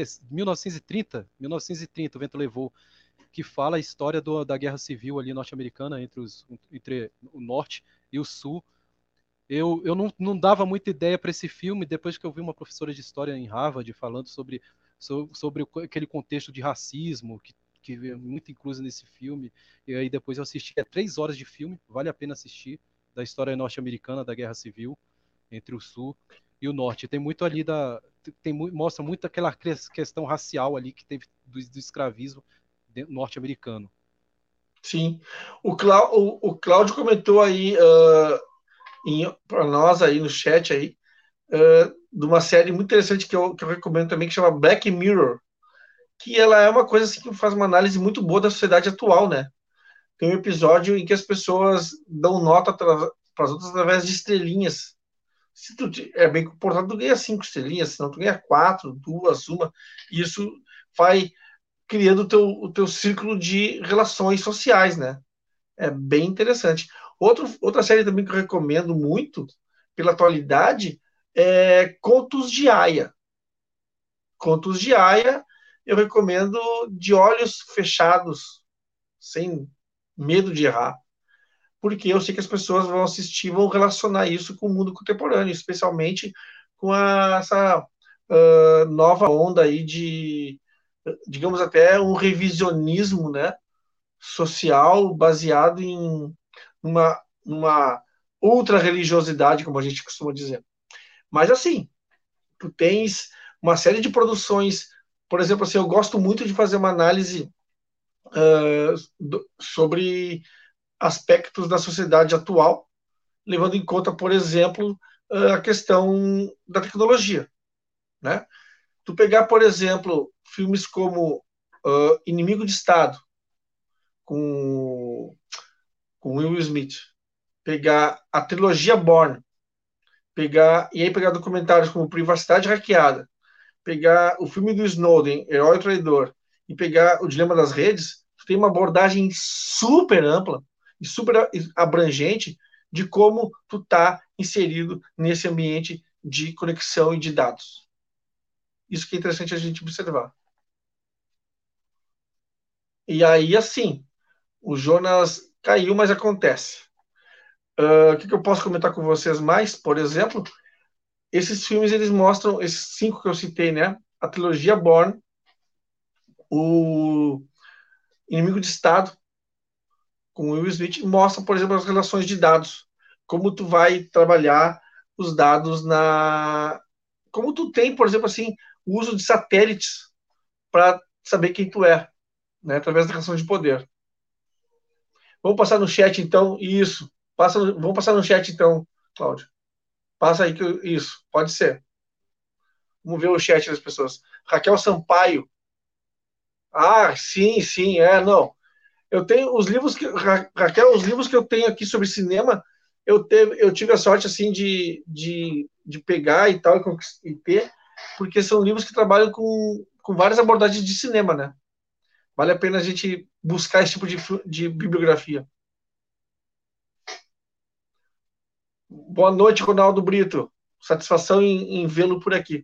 1930, O Vento Levou, que fala a história da Guerra Civil ali norte-americana entre o norte e o sul. Eu não dava muita ideia para esse filme depois que eu vi uma professora de história em Harvard falando sobre aquele contexto de racismo que é muito incluso nesse filme. E aí depois eu assisti, 3 horas de filme, vale a pena assistir, da história norte-americana da Guerra Civil entre o Sul e o Norte. Tem muito ali mostra muito aquela questão racial ali que teve do escravismo norte-americano. Sim. O Cláudio comentou aí para nós aí no chat aí de uma série muito interessante que eu recomendo também, que chama Black Mirror, que ela é uma coisa assim, que faz uma análise muito boa da sociedade atual, né? Tem um episódio em que as pessoas dão nota para as outras através de estrelinhas. Se tu é bem comportado, tu ganha 5 estrelinhas, senão tu ganha 4, 2, uma. E isso vai criando o teu círculo de relações sociais, né? É bem interessante. Outra série também que eu recomendo muito, pela atualidade, é Contos de Aia. Contos de Aia, eu recomendo de olhos fechados, sem medo de errar, porque eu sei que as pessoas vão assistir, vão relacionar isso com o mundo contemporâneo, especialmente com essa nova onda aí de, digamos, até um revisionismo, né, social baseado em uma ultra religiosidade, como a gente costuma dizer. Mas assim, tu tens uma série de produções, por exemplo, assim, eu gosto muito de fazer uma análise sobre aspectos da sociedade atual, levando em conta, por exemplo, a questão da tecnologia, né? Tu pegar, por exemplo, filmes como Inimigo de Estado, com, com Will Smith, pegar a trilogia Bourne, e aí pegar documentários como Privacidade Hackeada, pegar o filme do Snowden, Herói e Traidor, e pegar o Dilema das Redes, tu tem uma abordagem super ampla e super abrangente de como tu tá inserido nesse ambiente de conexão e de dados. Isso que é interessante a gente observar. E aí, assim, o Jonas caiu, mas acontece. O que eu posso comentar com vocês mais? Por exemplo, esses filmes, eles mostram, esses 5 que eu citei, né? A trilogia Bourne, o Inimigo de Estado, com o Will Smith, mostra, por exemplo, as relações de dados. Como tu vai trabalhar os dados na... Como tu tem, por exemplo, assim, o uso de satélites para saber quem tu é, né? Através da relação de poder. Vamos passar no chat, então, isso. Vamos passar no chat, então, Cláudio. Passa aí que isso, pode ser. Vamos ver o chat das pessoas. Raquel Sampaio. Ah, sim, sim, não. Eu tenho os livros que Raquel, os livros que eu tenho aqui sobre cinema, eu tive a sorte assim de pegar e tal e ter, porque são livros que trabalham com várias abordagens de cinema, né? Vale a pena a gente buscar esse tipo de bibliografia. Boa noite, Ronaldo Brito. Satisfação em vê-lo por aqui.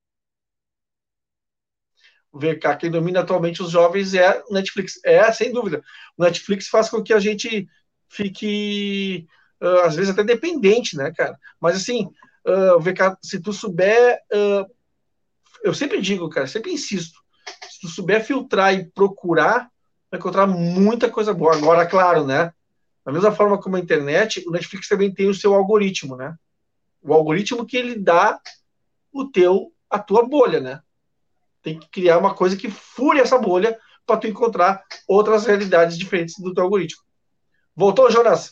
O VK, quem domina atualmente os jovens é o Netflix. Sem dúvida. O Netflix faz com que a gente fique, às vezes, até dependente, né, cara? Mas, assim, VK, se tu souber. Eu sempre digo, cara, sempre insisto. Se tu souber filtrar e procurar, vai encontrar muita coisa boa. Agora, claro, né? Da mesma forma como a internet, o Netflix também tem o seu algoritmo, né? O algoritmo que ele dá a tua bolha, né? Tem que criar uma coisa que fure essa bolha para tu encontrar outras realidades diferentes do teu algoritmo. Voltou, Jonas?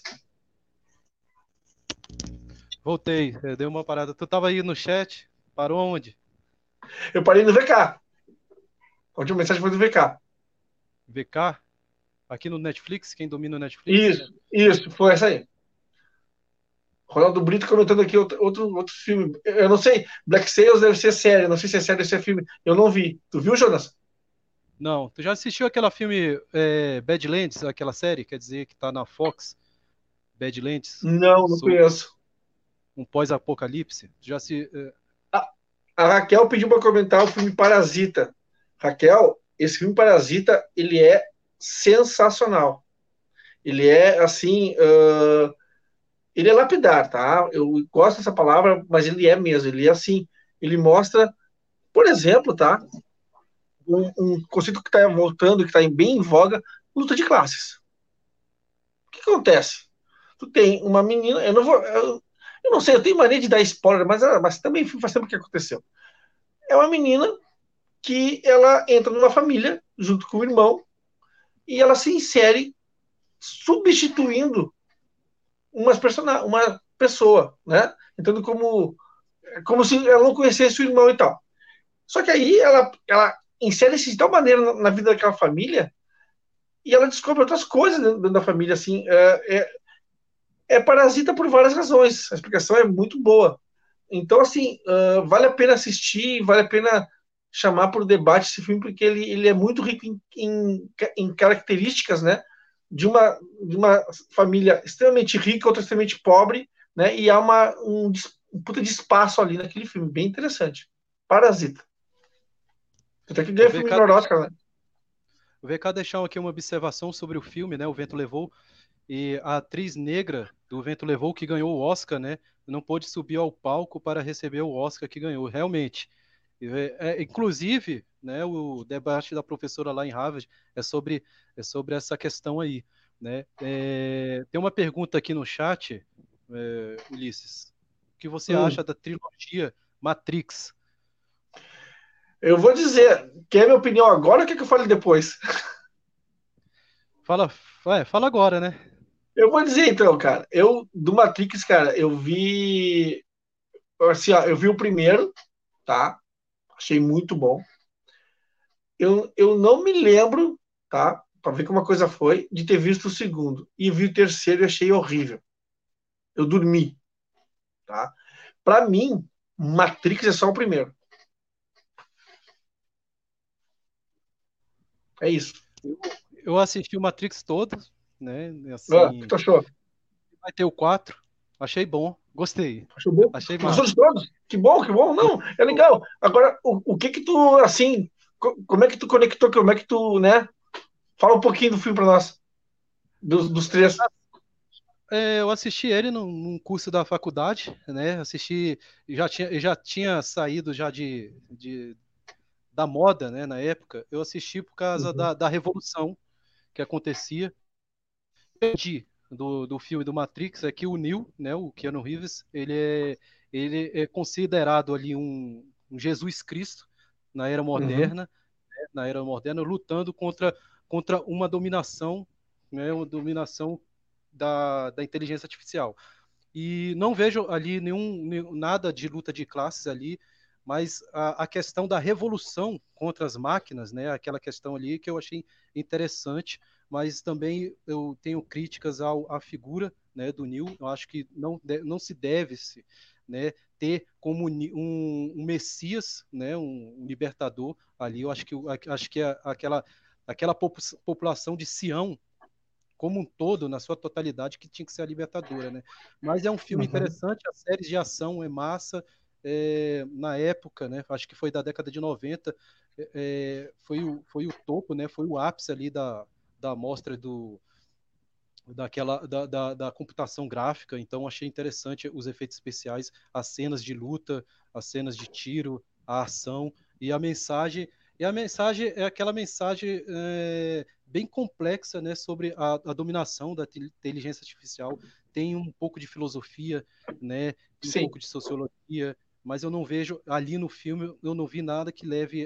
Voltei, dei uma parada. Tu tava aí no chat? Parou onde? Eu parei no VK. A última mensagem foi do VK. VK? Aqui no Netflix? Quem domina o Netflix? Isso, foi essa aí. Ronaldo Brito comentando aqui outro filme. Eu não sei, Black Sails deve ser série, não sei se é série ou se é filme. Eu não vi. Tu viu, Jonas? Não. Tu já assistiu aquela filme Badlands, aquela série? Quer dizer, que tá na Fox? Badlands? Não, não conheço. Um pós-apocalipse? Já se. A, a Raquel pediu para comentar o filme Parasita. Raquel, esse filme Parasita, ele é sensacional. Ele é, assim, ele é lapidar, tá? Eu gosto dessa palavra, mas ele é mesmo. Ele é assim, ele mostra, por exemplo, tá? Um conceito que está voltando, que está bem em voga, luta de classes. O que acontece? Tu tem uma menina, eu não sei, eu tenho mania de dar spoiler, mas também faz tempo que aconteceu. É uma menina que ela entra numa família junto com o irmão e ela se insere substituindo uma pessoa, né? Então como se ela não conhecesse o irmão e tal. Só que aí ela insere-se de tal maneira na vida daquela família e ela descobre outras coisas dentro da família, assim, é parasita por várias razões. A explicação é muito boa. Então, assim, vale a pena assistir, vale a pena chamar para o debate esse filme, porque ele é muito rico em características, né, de uma família extremamente rica, outra extremamente pobre, né, e há um puta de espaço ali naquele filme, bem interessante. Parasita. Até que O ganha filme VK, no Oscar, né? o VK deixou aqui uma observação sobre o filme, né? O Vento Levou. E a atriz negra do Vento Levou, que ganhou o Oscar, né? Não pôde subir ao palco para receber o Oscar que ganhou, realmente. Inclusive, né, o debate da professora lá em Harvard é sobre essa questão aí, né? Tem uma pergunta aqui no chat, Ulisses. O que você acha Hum. da trilogia Matrix? Eu vou dizer, quer minha opinião agora ou quer que eu fale depois? Fala, fala agora, né? Eu vou dizer então, cara. Do Matrix, cara, eu vi. Assim, ó, eu vi o primeiro, tá? Achei muito bom. Eu não me lembro, tá? Pra ver como a coisa foi, de ter visto o segundo. E vi o terceiro e achei horrível. Eu dormi, tá? Pra mim, Matrix é só o primeiro. É isso. Eu assisti o Matrix todo, né? O que Assim, tu achou? vai ter o 4. Achei bom, gostei. Achou bom? Achei Tu gostou massa. de todos? Que bom, que bom. Não, é legal. Agora, o que que tu, assim, como é que tu conectou, como é que tu, né? Fala um pouquinho do filme pra nós, dos três. Eu assisti ele num curso da faculdade, né? Assisti, já tinha saído já da moda, né? Na época, eu assisti por causa Uhum, da revolução que acontecia. Do filme do Matrix é que o Neo, né? O Keanu Reeves, ele é considerado ali um Jesus Cristo na era uhum, moderna, né, lutando contra uma dominação, né? Uma dominação da inteligência artificial. E não vejo ali nada de luta de classes ali. mas a questão da revolução contra as máquinas, né, aquela questão ali que eu achei interessante, mas também eu tenho críticas à figura, né, do Neo. Eu acho que não se deve se, né, ter como um Messias, né, um libertador ali. Eu acho que aquela população de Sião como um todo, na sua totalidade, que tinha que ser a libertadora, né? Mas é um filme Uhum. interessante, as séries de ação é massa, na época, né? Acho que foi da década de 90, foi o topo, né? Foi o ápice ali da mostra da computação gráfica, então achei interessante os efeitos especiais, as cenas de luta, as cenas de tiro, a ação e a mensagem é aquela mensagem bem complexa, né, sobre a dominação da inteligência artificial. Tem um pouco de filosofia, né, tem um Sim. pouco de sociologia, mas eu não vejo ali no filme, eu não vi nada que leve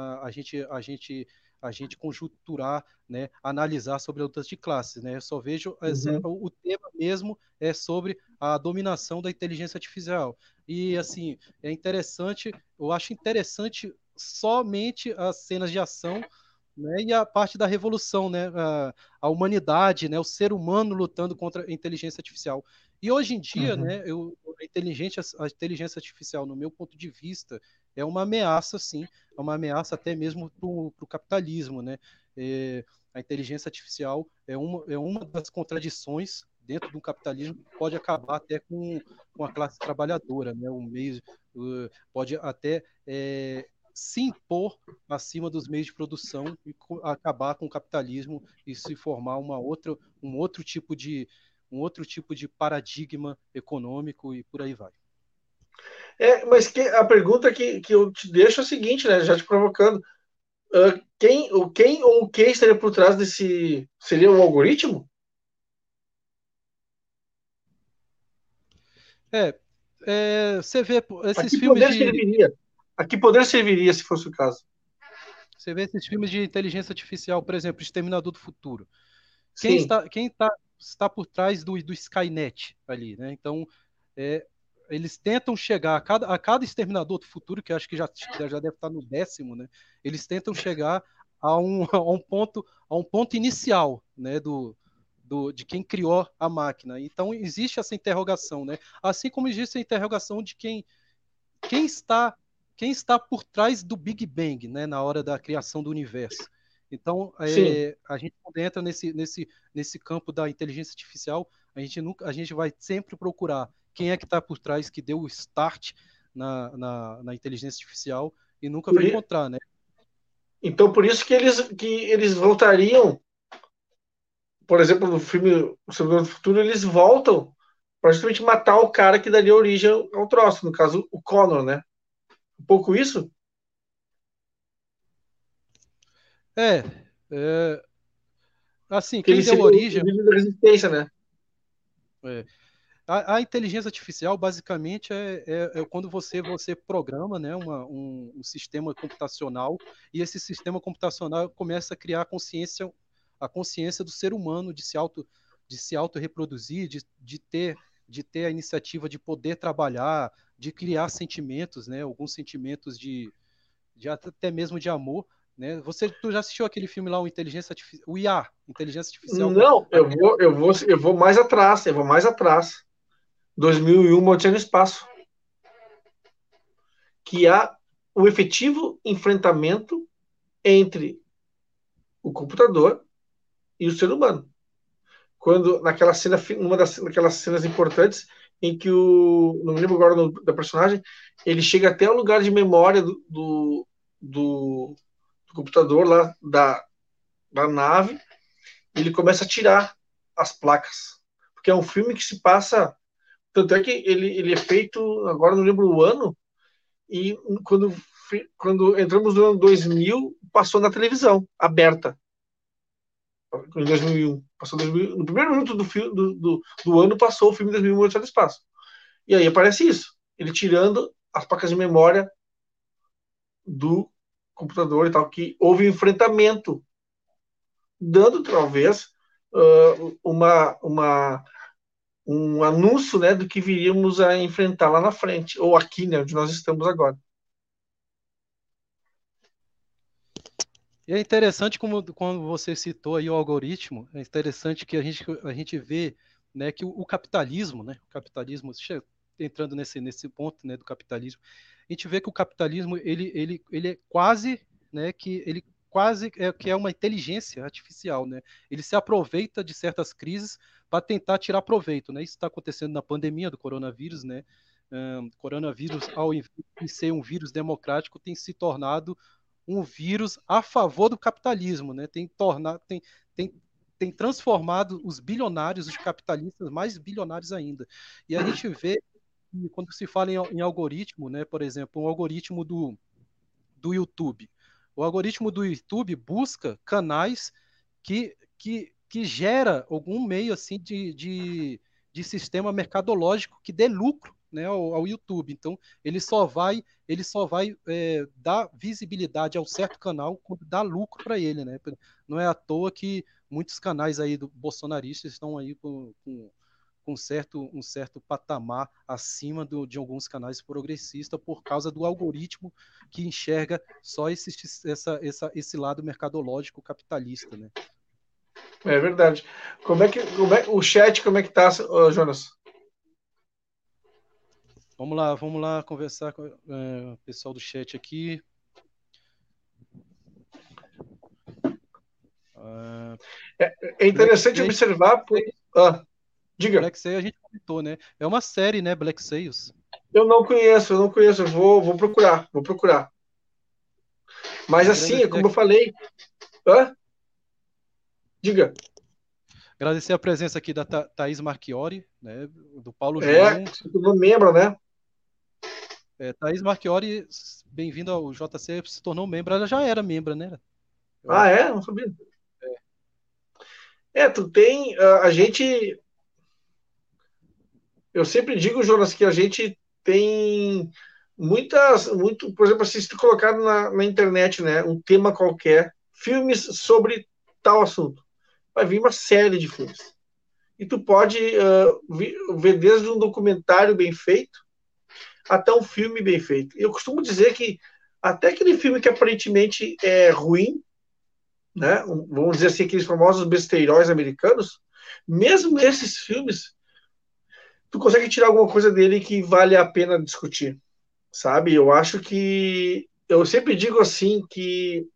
a gente conjunturar, né, analisar sobre lutas de classes, né? Eu só vejo Uhum. o tema mesmo é sobre a dominação da inteligência artificial. E assim, é interessante, eu acho interessante somente as cenas de ação, né, e a parte da revolução, né, a humanidade, né, o ser humano lutando contra a inteligência artificial. E hoje em dia, Uhum. né, a inteligência artificial, no meu ponto de vista, é uma ameaça, sim, é uma ameaça até mesmo para o capitalismo, né? É, a inteligência artificial é uma das contradições dentro do capitalismo que pode acabar até com a classe trabalhadora, né? Pode até se impor acima dos meios de produção e acabar com o capitalismo e se formar um outro tipo de paradigma econômico e por aí vai. Mas a pergunta que eu te deixo é a seguinte, né? Já te provocando. Quem ou o que estaria por trás desse. Seria o algoritmo? É, você vê A esses que filmes poder de serviria? A que poder serviria se fosse o caso? você vê esses filmes de inteligência artificial, por exemplo, Exterminador do Futuro. Sim. Está por trás do Skynet ali, né? Então, é, eles tentam chegar a cada Exterminador do Futuro, que eu acho que já deve estar no 10º, né? Eles tentam chegar a um ponto inicial, né? De quem criou a máquina. Então, existe essa interrogação, né? Assim como existe a interrogação de quem está quem está por trás do Big Bang, né, na hora da criação do universo. Então, Sim. a gente quando entra nesse campo da inteligência artificial, a gente vai sempre procurar quem é que está por trás, que deu o start na inteligência artificial e nunca Por vai i- encontrar, né? Então, por isso que eles voltariam, por exemplo, no filme O Senhor do Futuro, eles voltam para justamente matar o cara que daria origem ao troço, no caso, o Connor, né? Um pouco isso? É, é assim, Que quem ele deu seria o origem líder da resistência, né? é, a inteligência artificial, basicamente, é quando você programa, né, um sistema computacional, e esse sistema computacional começa a criar a consciência do ser humano de se auto reproduzir, de ter a iniciativa de poder trabalhar, de criar sentimentos, né, alguns sentimentos de até mesmo de amor. Né? Tu já assistiu aquele filme lá, o IA, Inteligência Artificial, Não, eu vou mais atrás, eu vou mais atrás. 2001, Odisseia no Espaço, que há o efetivo enfrentamento entre o computador e o ser humano. Quando naquela cena, daquelas cenas importantes em que não me lembro agora da personagem, ele chega até o lugar de memória do computador lá da nave, e ele começa a tirar as placas, porque é um filme que se passa, tanto é que ele é feito, agora não lembro o ano, e quando entramos no ano 2000, passou na televisão, aberta, em 2001. Passou 2000, no primeiro minuto do ano, passou o filme 2001, Odisseia do Espaço. E aí aparece isso, ele tirando as placas de memória do computador e tal, que houve um enfrentamento, dando talvez um anúncio, né, do que viríamos a enfrentar lá na frente, ou aqui, né, onde nós estamos agora. E é interessante como quando você citou aí o algoritmo, é interessante que a gente vê, né, que o capitalismo, né, o capitalismo, entrando nesse ponto, né, do capitalismo, a gente vê que o capitalismo ele é quase, né, que ele quase é que é uma inteligência artificial, né? Ele se aproveita de certas crises para tentar tirar proveito, né? Isso está acontecendo na pandemia do coronavírus, né? Coronavírus, ao invés de ser um vírus democrático, tem se tornado um vírus a favor do capitalismo, né? Tem, tem transformado os bilionários, os capitalistas, mais bilionários ainda. E a gente vê que quando se fala em algoritmo, né? Por exemplo, um algoritmo do YouTube. O algoritmo do YouTube busca canais que gera algum meio assim de sistema mercadológico que dê lucro, né, ao YouTube. Então ele só vai dar visibilidade ao certo canal quando dá lucro para ele, né? Não é à toa que muitos canais aí do bolsonaristas estão aí com um certo patamar acima de alguns canais progressistas por causa do algoritmo que enxerga só esse lado mercadológico capitalista, né? É verdade. O chat, como é que tá, Jonas? Vamos lá conversar com o pessoal do chat aqui. Uh, É Black interessante Sails, observar. Diga. Black Sails a gente comentou, né? É uma série, né? Black Sails. Eu não conheço. Vou procurar, vou procurar. Mas assim, Agradecer, como eu falei. Diga. agradecer a presença aqui da Thaís Marchiori, né? Do Paulo É, João. se tornou membro, né? Thaís Marchiori, bem-vindo ao JC, se tornou membro. Ela já era membro, né? Eu Ah, acho. é? Não sabia. Tu tem. A gente. Eu sempre digo, Jonas, que a gente tem por exemplo, assim, se tu colocar na internet, né, um tema qualquer, filmes sobre tal assunto, vai vir uma série de filmes. E tu pode ver desde um documentário bem feito até um filme bem feito. Eu costumo dizer que até aquele filme que aparentemente é ruim, né, vamos dizer assim, aqueles famosos besteiróis americanos, mesmo esses filmes, tu consegue tirar alguma coisa dele que vale a pena discutir, sabe? Eu acho que eu sempre digo assim que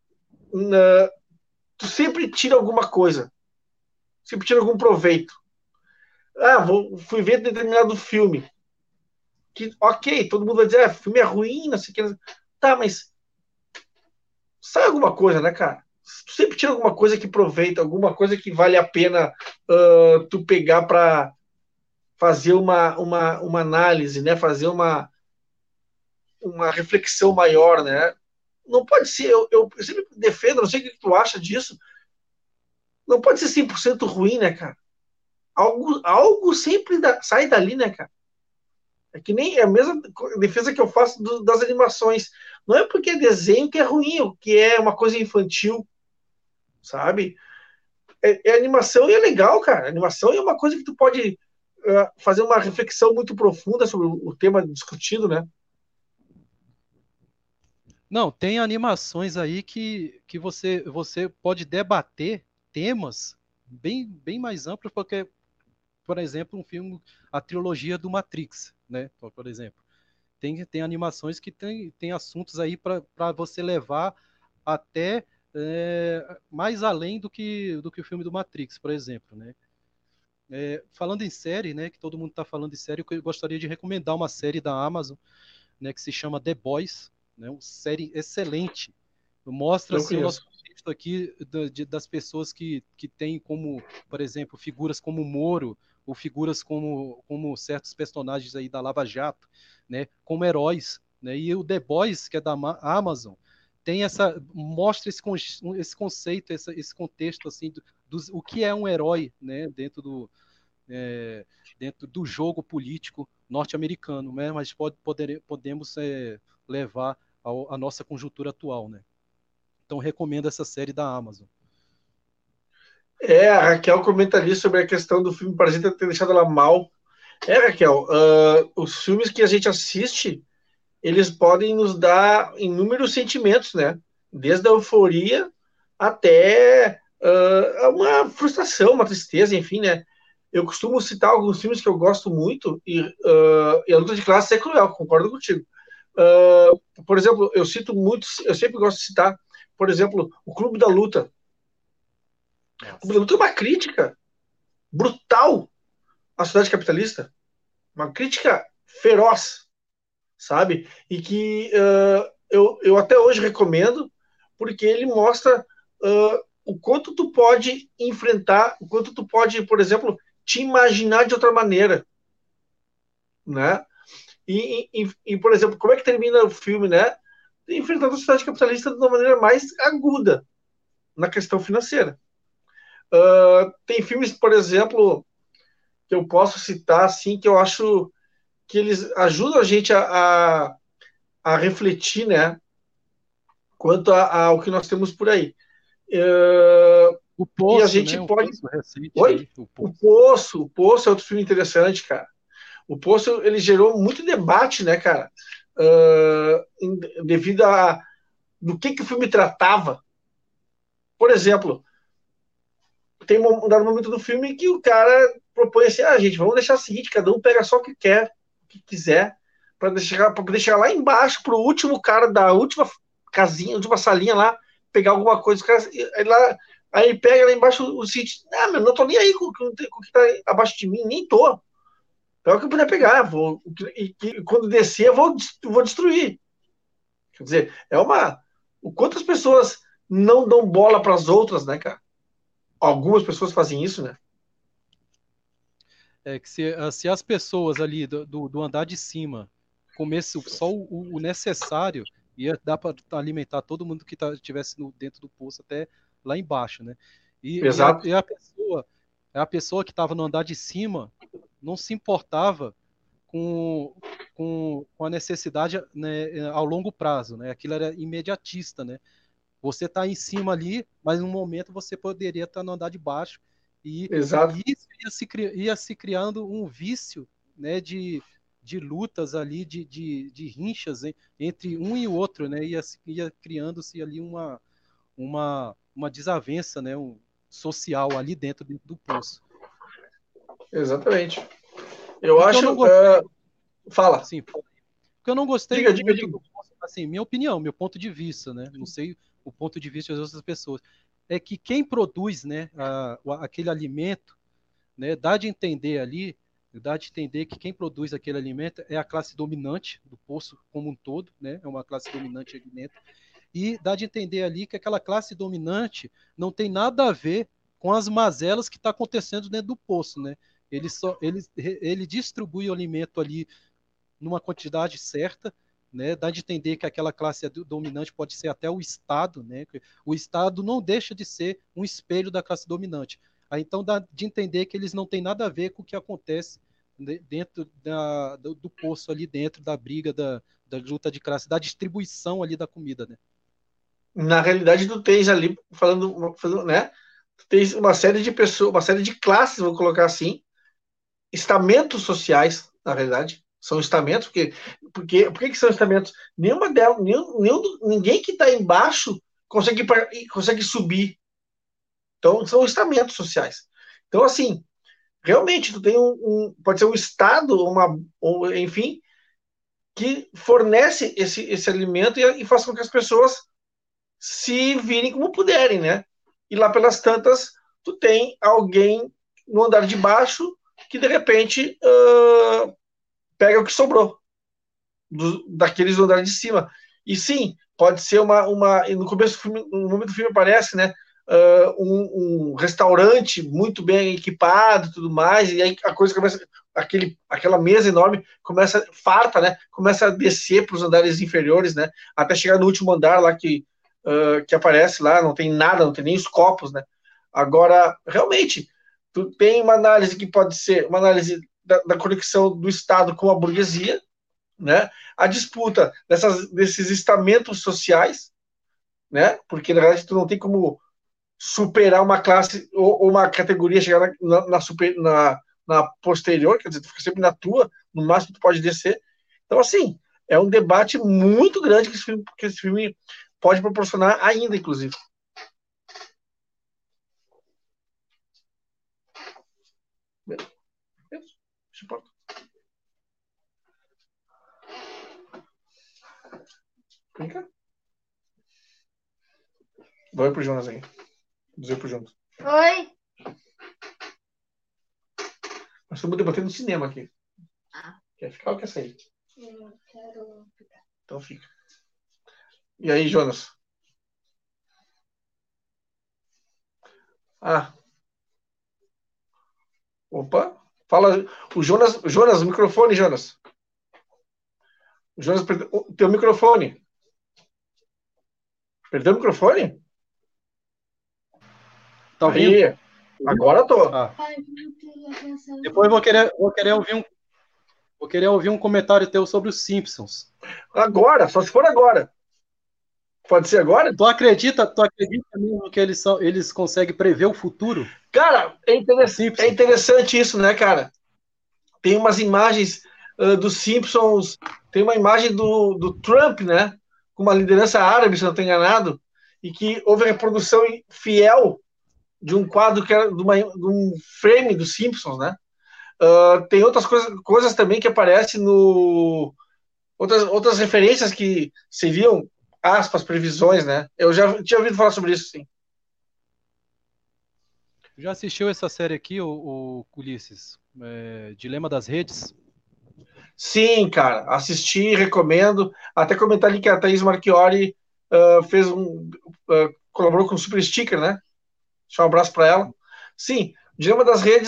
tu sempre tira alguma coisa, sempre tira algum proveito. Fui ver determinado filme. Que, ok, todo mundo vai dizer, o filme é ruim, não sei o que. Tá, mas sai alguma coisa, né, cara? Tu sempre tira alguma coisa que aproveita, alguma coisa que vale a pena tu pegar para fazer uma análise, né? Fazer uma reflexão maior, né? Não pode ser, eu sempre defendo, não sei o que tu acha disso, não pode ser 100% ruim, né, cara? Algo sempre sai dali, né, cara? É que nem a mesma defesa que eu faço das animações. Não é porque é desenho que é ruim, que é uma coisa infantil, sabe? É animação e é legal, cara. Animação é uma coisa que tu pode fazer uma reflexão muito profunda sobre o tema discutido, né? Não, tem animações aí que você pode debater temas bem mais amplos, porque, por exemplo, um filme, a trilogia do Matrix, né? Por exemplo, tem animações que tem assuntos aí para você levar até mais além do que o filme do Matrix, por exemplo, né? Falando em série, né? Que todo mundo está falando de série, eu gostaria de recomendar uma série da Amazon, né? Que se chama The Boys, né? Uma série excelente. Mostra Não assim o nosso conheço. contexto aqui das pessoas que têm como, por exemplo, figuras como Moro ou figuras como certos personagens aí da Lava Jato, né, como heróis, né? E o The Boys, que é da Amazon, tem mostra esse conceito, esse contexto assim o que é um herói, né, é, dentro do jogo político norte-americano, né? Mas podemos levar à nossa conjuntura atual, né? Então recomendo essa série da Amazon. A Raquel comenta ali sobre a questão do filme Parasita ter deixado ela mal. Raquel, os filmes que a gente assiste, eles podem nos dar inúmeros sentimentos, né? desde a euforia até uma frustração, uma tristeza, enfim, né? Eu costumo citar alguns filmes que eu gosto muito e a luta de classe é cruel, concordo contigo. Por exemplo, eu cito muitos, eu sempre gosto de citar, por exemplo, o Clube da Luta. O Clube da Luta é uma crítica brutal à sociedade capitalista, uma crítica feroz, sabe? E que eu até hoje recomendo, porque ele mostra o quanto tu pode enfrentar, o quanto tu pode, por exemplo, te imaginar de outra maneira, né? Por exemplo, como é que termina o filme, né? Enfrentando a sociedade capitalista de uma maneira mais aguda na questão financeira. Tem filmes, por exemplo, que eu posso citar, assim, que eu acho que eles ajudam a gente a refletir, né? Quanto ao que nós temos por aí. O E a Poço, gente né? O pode. Poço recente Oi? aí, o O Poço. Poço. O Poço é outro filme interessante, cara. O Poço, ele gerou muito debate, né, cara? Devido a do que o filme tratava. Por exemplo, tem um dado momento do filme que o cara propõe assim: gente, vamos deixar o seguinte, cada um pega só o que quer, o que quiser, para poder chegar lá embaixo pro último cara da última casinha, última salinha lá, pegar alguma coisa. Aí ele pega lá embaixo o seguinte: mas não tô nem aí com o que tá abaixo de mim, nem tô. Pega o que eu puder pegar, quando descer eu vou destruir. Quer dizer, o quantas pessoas não dão bola para as outras, né, cara? Algumas pessoas fazem isso, né? É que se as pessoas ali do andar de cima comessem só o necessário, ia dar para alimentar todo mundo que estivesse dentro do poço até lá embaixo, né? E, e, a, Exato. e a pessoa que estava no andar de cima não se importava com, com a necessidade, né, ao longo prazo, né? Aquilo era imediatista, né? Você está em cima ali, mas no momento você poderia estar no andar de baixo Exato. e isso ia se criando um vício, né, de lutas ali, de rinchas, hein, entre um e o outro, né? Ia criando-se ali uma desavença, né, social ali dentro do poço. Exatamente. Eu O que eu não acho. gostei, Fala. sim, o que eu não gostei Diga, diga, muito diga. do poço, assim, minha opinião, meu ponto de vista, né? Não sei o ponto de vista das outras pessoas, é que quem produz, né, aquele alimento, né, dá de entender que quem produz aquele alimento é a classe dominante do poço como um todo, né, é uma classe dominante ali dentro, e dá de entender ali que aquela classe dominante não tem nada a ver com as mazelas que está acontecendo dentro do poço, né? Ele distribui o alimento ali numa quantidade certa, né? Dá de entender que aquela classe dominante pode ser até o Estado, né? O Estado não deixa de ser um espelho da classe dominante. Aí, então dá de entender que eles não têm nada a ver com o que acontece dentro do poço ali dentro da briga da luta de classe, da distribuição ali da comida, né? Na realidade, tu tens ali, falando, né? Tu tens uma série de pessoas, uma série de classes, vou colocar assim, estamentos sociais, na realidade. São estamentos, por que são estamentos? Nenhuma delas, ninguém que está embaixo consegue subir. Então, são estamentos sociais. Então, assim, realmente, tu tem pode ser um Estado, enfim, que fornece esse alimento e faz com que as pessoas se virem como puderem, né? E lá pelas tantas, tu tem alguém no andar de baixo que de repente pega o que sobrou daqueles do andar de cima. E sim, pode ser no começo do filme, no momento do filme aparece, né? Um restaurante muito bem equipado, tudo mais, e aí a coisa começa, aquela mesa enorme começa farta, né? Começa a descer para os andares inferiores, né? Até chegar no último andar lá que aparece lá, não tem nada, não tem nem os copos, né? Agora, realmente, tu tem uma análise que pode ser uma análise da conexão do Estado com a burguesia, né? A disputa desses estamentos sociais, né? Porque na verdade tu não tem como superar uma classe ou uma categoria, chegar na posterior, quer dizer, tu fica sempre na tua, no máximo tu pode descer. Então, assim, é um debate muito grande que esse filme pode proporcionar ainda, inclusive. Deixa eu... Vem cá. Vai pro Jonas aí. Dizer pro Jonas. Oi. Nós estamos debatendo cinema aqui. Ah. Quer ficar ou quer sair? Eu quero ficar. Então fica. E aí, Jonas? Ah. Opa. Fala. Jonas, o microfone, Jonas. O Jonas perdeu o teu microfone. Perdeu o microfone? Tá ouvindo? Aí. Agora tô. Ah. Depois vou querer ouvir um comentário teu sobre os Simpsons. Agora, só se for agora. Pode ser agora? Tu acredita mesmo que eles conseguem prever o futuro? Cara, é interessante isso, né, cara? Tem umas imagens dos Simpsons, tem uma imagem do Trump, né? Com uma liderança árabe, se não estou enganado, e que houve a reprodução fiel de um quadro que era de um frame dos Simpsons, né? Tem outras coisas também que aparecem no... Outras referências que seriam, aspas, previsões, né? Eu já tinha ouvido falar sobre isso, sim. Já assistiu essa série aqui, o Ulisses? Dilema das Redes? Sim, cara, assisti, recomendo. Até comentar ali que a Thaís Marchiori fez colaborou com o Super Sticker, né? Deixa um abraço para ela. Sim, o Dilema das Redes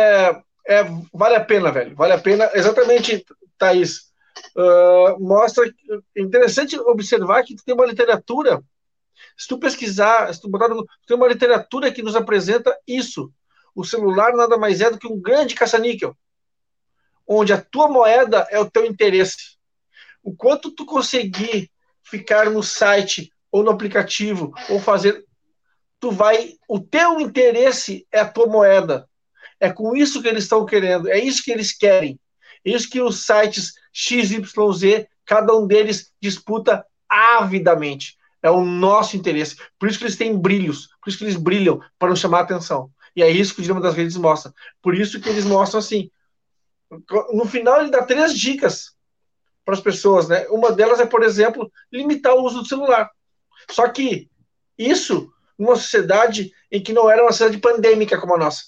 vale a pena, velho. Vale a pena. Exatamente, Thaís. Mostra. É interessante observar que tem uma literatura. Se tu pesquisar, se tu botar tem uma literatura que nos apresenta isso. O celular nada mais é do que um grande caça-níquel, onde a tua moeda é o teu interesse. O quanto tu conseguir ficar no site ou no aplicativo ou fazer, o teu interesse é a tua moeda. É com isso que eles estão querendo, é isso que eles querem. É isso que os sites XYZ, cada um deles disputa avidamente. É o nosso interesse. Por isso que eles têm brilhos, por isso que eles brilham para nos chamar a atenção. E é isso que o Dilema das Redes mostra. Por isso que eles mostram assim. No final, ele dá 3 dicas para as pessoas, né? Uma delas é, por exemplo, limitar o uso do celular. Só que isso numa sociedade em que não era uma sociedade pandêmica como a nossa.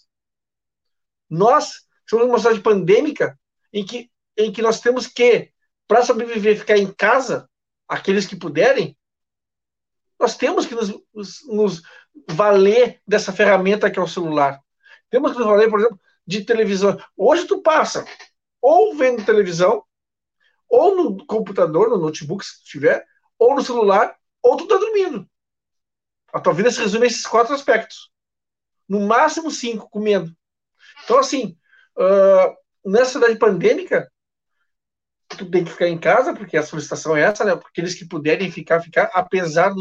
Nós somos uma sociedade pandêmica em que nós temos que, para sobreviver, ficar em casa, aqueles que puderem, nós temos que nos valer dessa ferramenta que é o celular. Temos que nos valer, por exemplo, de televisão. Hoje tu passa ou vendo televisão, ou no computador, no notebook, se tiver, ou no celular, ou tu tá dormindo. A tua vida se resume a esses 4 aspectos. No máximo 5, comendo. Então, assim, nessa cidade pandêmica, tu tem que ficar em casa, porque a solicitação é essa, né? Aqueles que puderem ficar, apesar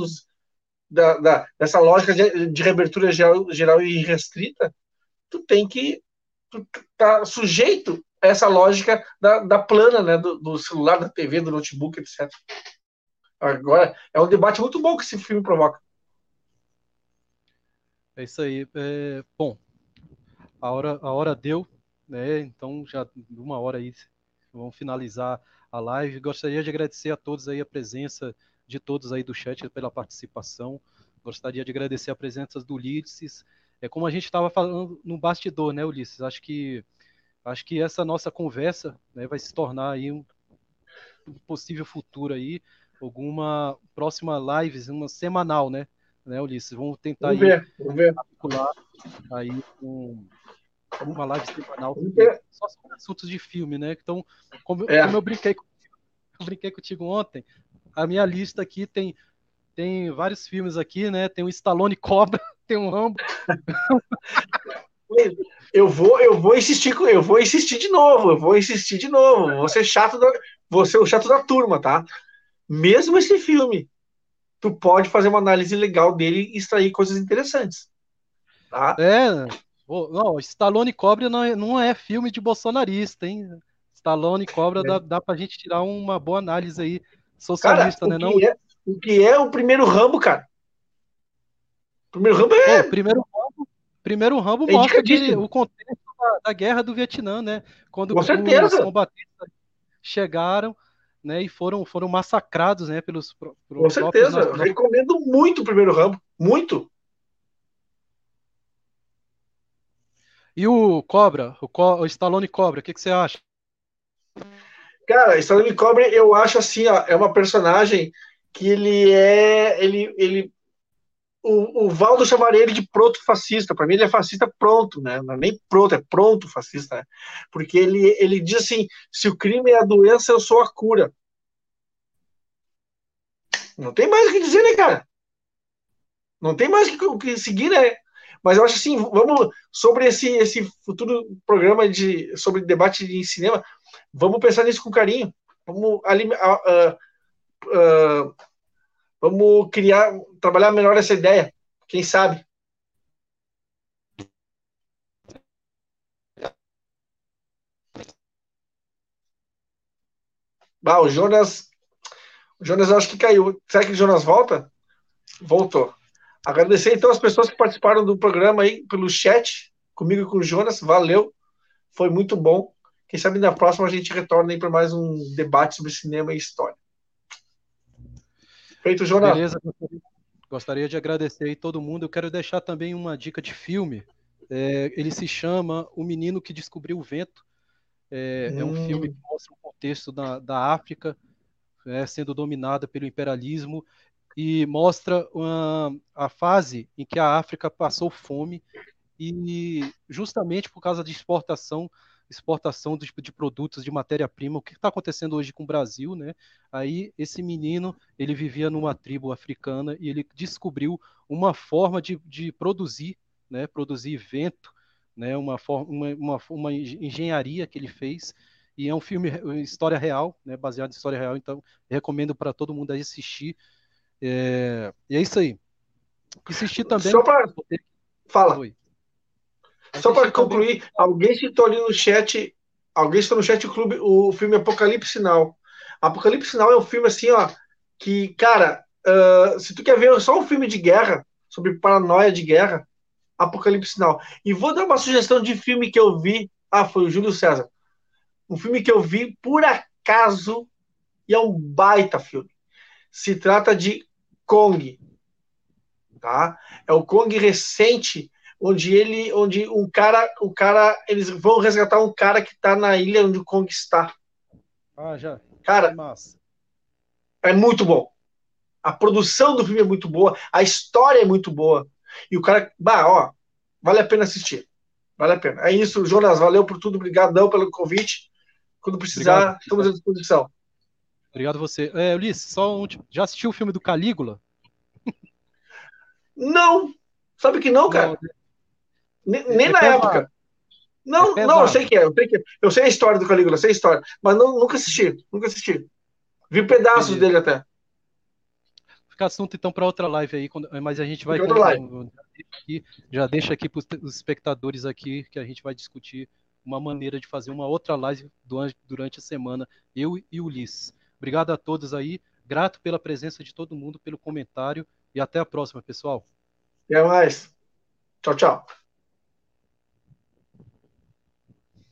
dessa lógica de reabertura geral e restrita, tu tá sujeito a essa lógica da plana, né? Do celular, da TV, do notebook, etc. Agora, é um debate muito bom que esse filme provoca. É isso aí. Bom, a hora deu, né? Então já 1 hora aí, vamos finalizar a live. Gostaria de agradecer a todos aí a presença de todos aí do chat pela participação. Gostaria de agradecer a presença do Ulisses. Como a gente estava falando no bastidor, né, Ulisses? Acho que essa nossa conversa, né, vai se tornar aí um possível futuro aí, alguma próxima live, uma semanal, né, Ulisses? Vamos tentar vamos ver. articular aí uma live semanal só sobre assuntos de filme, né? Então, como eu brinquei contigo ontem, a minha lista aqui tem vários filmes aqui, né? Tem o Stallone Cobra, tem um Rambo. Eu vou insistir de novo, vou ser vou ser o chato da turma, tá? Mesmo esse filme, tu pode fazer uma análise legal dele e extrair coisas interessantes, tá? Não, Stallone Cobra não é filme de bolsonarista, hein? Stallone Cobra dá pra gente tirar uma boa análise aí socialista, Cara, né? Não? o que é o primeiro Rambo, cara. O primeiro Rambo Pô, primeiro Rambo é mostra aquele, indicadíssimo. o contexto da guerra do Vietnã, né? Quando Com os certeza. combatistas chegaram, né, e foram massacrados, né, pelos Com próprios certeza. Recomendo muito o primeiro Rambo. Muito. E o Cobra, o Stallone Cobra, o que você acha? Cara, Stallone Cobra, eu acho assim, ó, é uma personagem que ele é. O Valdo chamaria ele de proto-fascista. Para mim, ele é fascista pronto, né? Não é nem pronto, é pronto fascista, né? Porque ele diz assim: se o crime é a doença, eu sou a cura. Não tem mais o que dizer, né, cara? Não tem mais o que seguir, né? Mas eu acho assim, vamos sobre esse futuro programa sobre debate de cinema, vamos pensar nisso com carinho. Vamos vamos criar, trabalhar melhor essa ideia. Quem sabe? Ah, o Jonas eu acho que caiu. Será que o Jonas volta? Voltou. Agradecer então as pessoas que participaram do programa aí pelo chat, comigo e com o Jonas. Valeu, foi muito bom. Quem sabe na próxima a gente retorna aí para mais um debate sobre cinema e história. Feito, Jonas. Beleza, gostaria de agradecer aí todo mundo. Eu quero deixar também uma dica de filme. Ele se chama O Menino que Descobriu o Vento. É um filme que mostra o contexto da África, sendo dominada pelo imperialismo, e mostra a fase em que a África passou fome, e justamente por causa de exportação de produtos, de matéria-prima, o que está acontecendo hoje com o Brasil, né? Aí esse menino, ele vivia numa tribo africana e ele descobriu uma forma de produzir, né? Produzir vento, né? Uma engenharia que ele fez, e é um filme, história real, né? Baseado em história real, então recomendo para todo mundo aí assistir. E é isso aí. Assistir também. Só para. Fala. Oi. Só para Assistir também. concluir, alguém citou ali no chat. Alguém citou no chat o filme Apocalipse Sinal. Apocalipse Sinal é um filme assim, ó. Que, cara, se tu quer ver só um filme de guerra, sobre paranoia de guerra, Apocalipse Sinal. E vou dar uma sugestão de filme que eu vi. Ah, foi o Júlio César. Um filme que eu vi por acaso e é um baita filme. Se trata de Kong, tá? É o Kong recente, onde o cara, eles vão resgatar um cara que tá na ilha onde o Kong está. Ah, já. Que Cara, massa. é muito bom. A produção do filme é muito boa, a história é muito boa. E o cara, bah, ó, vale a pena assistir. Vale a pena. É isso, Jonas, valeu por tudo, obrigadão pelo convite. Quando Obrigado. precisar, estamos à disposição. Obrigado você. Ulisses, só um último. Já assistiu o filme do Calígula? Não, sabe que não, Não, cara. Nem é na pesado. época. É Não, não, eu sei pesado. que é, eu sei a história do Calígula, eu sei a história, mas nunca assisti, nunca assisti. Vi pedaços Beleza. dele até. Fica assunto então para outra live aí, mas a gente vai Fica outra live. já deixa aqui para os espectadores aqui que a gente vai discutir uma maneira de fazer uma outra live durante a semana, eu e o Ulisses. Obrigado a todos aí, grato pela presença de todo mundo, pelo comentário e até a próxima, pessoal. Até mais. Tchau, tchau.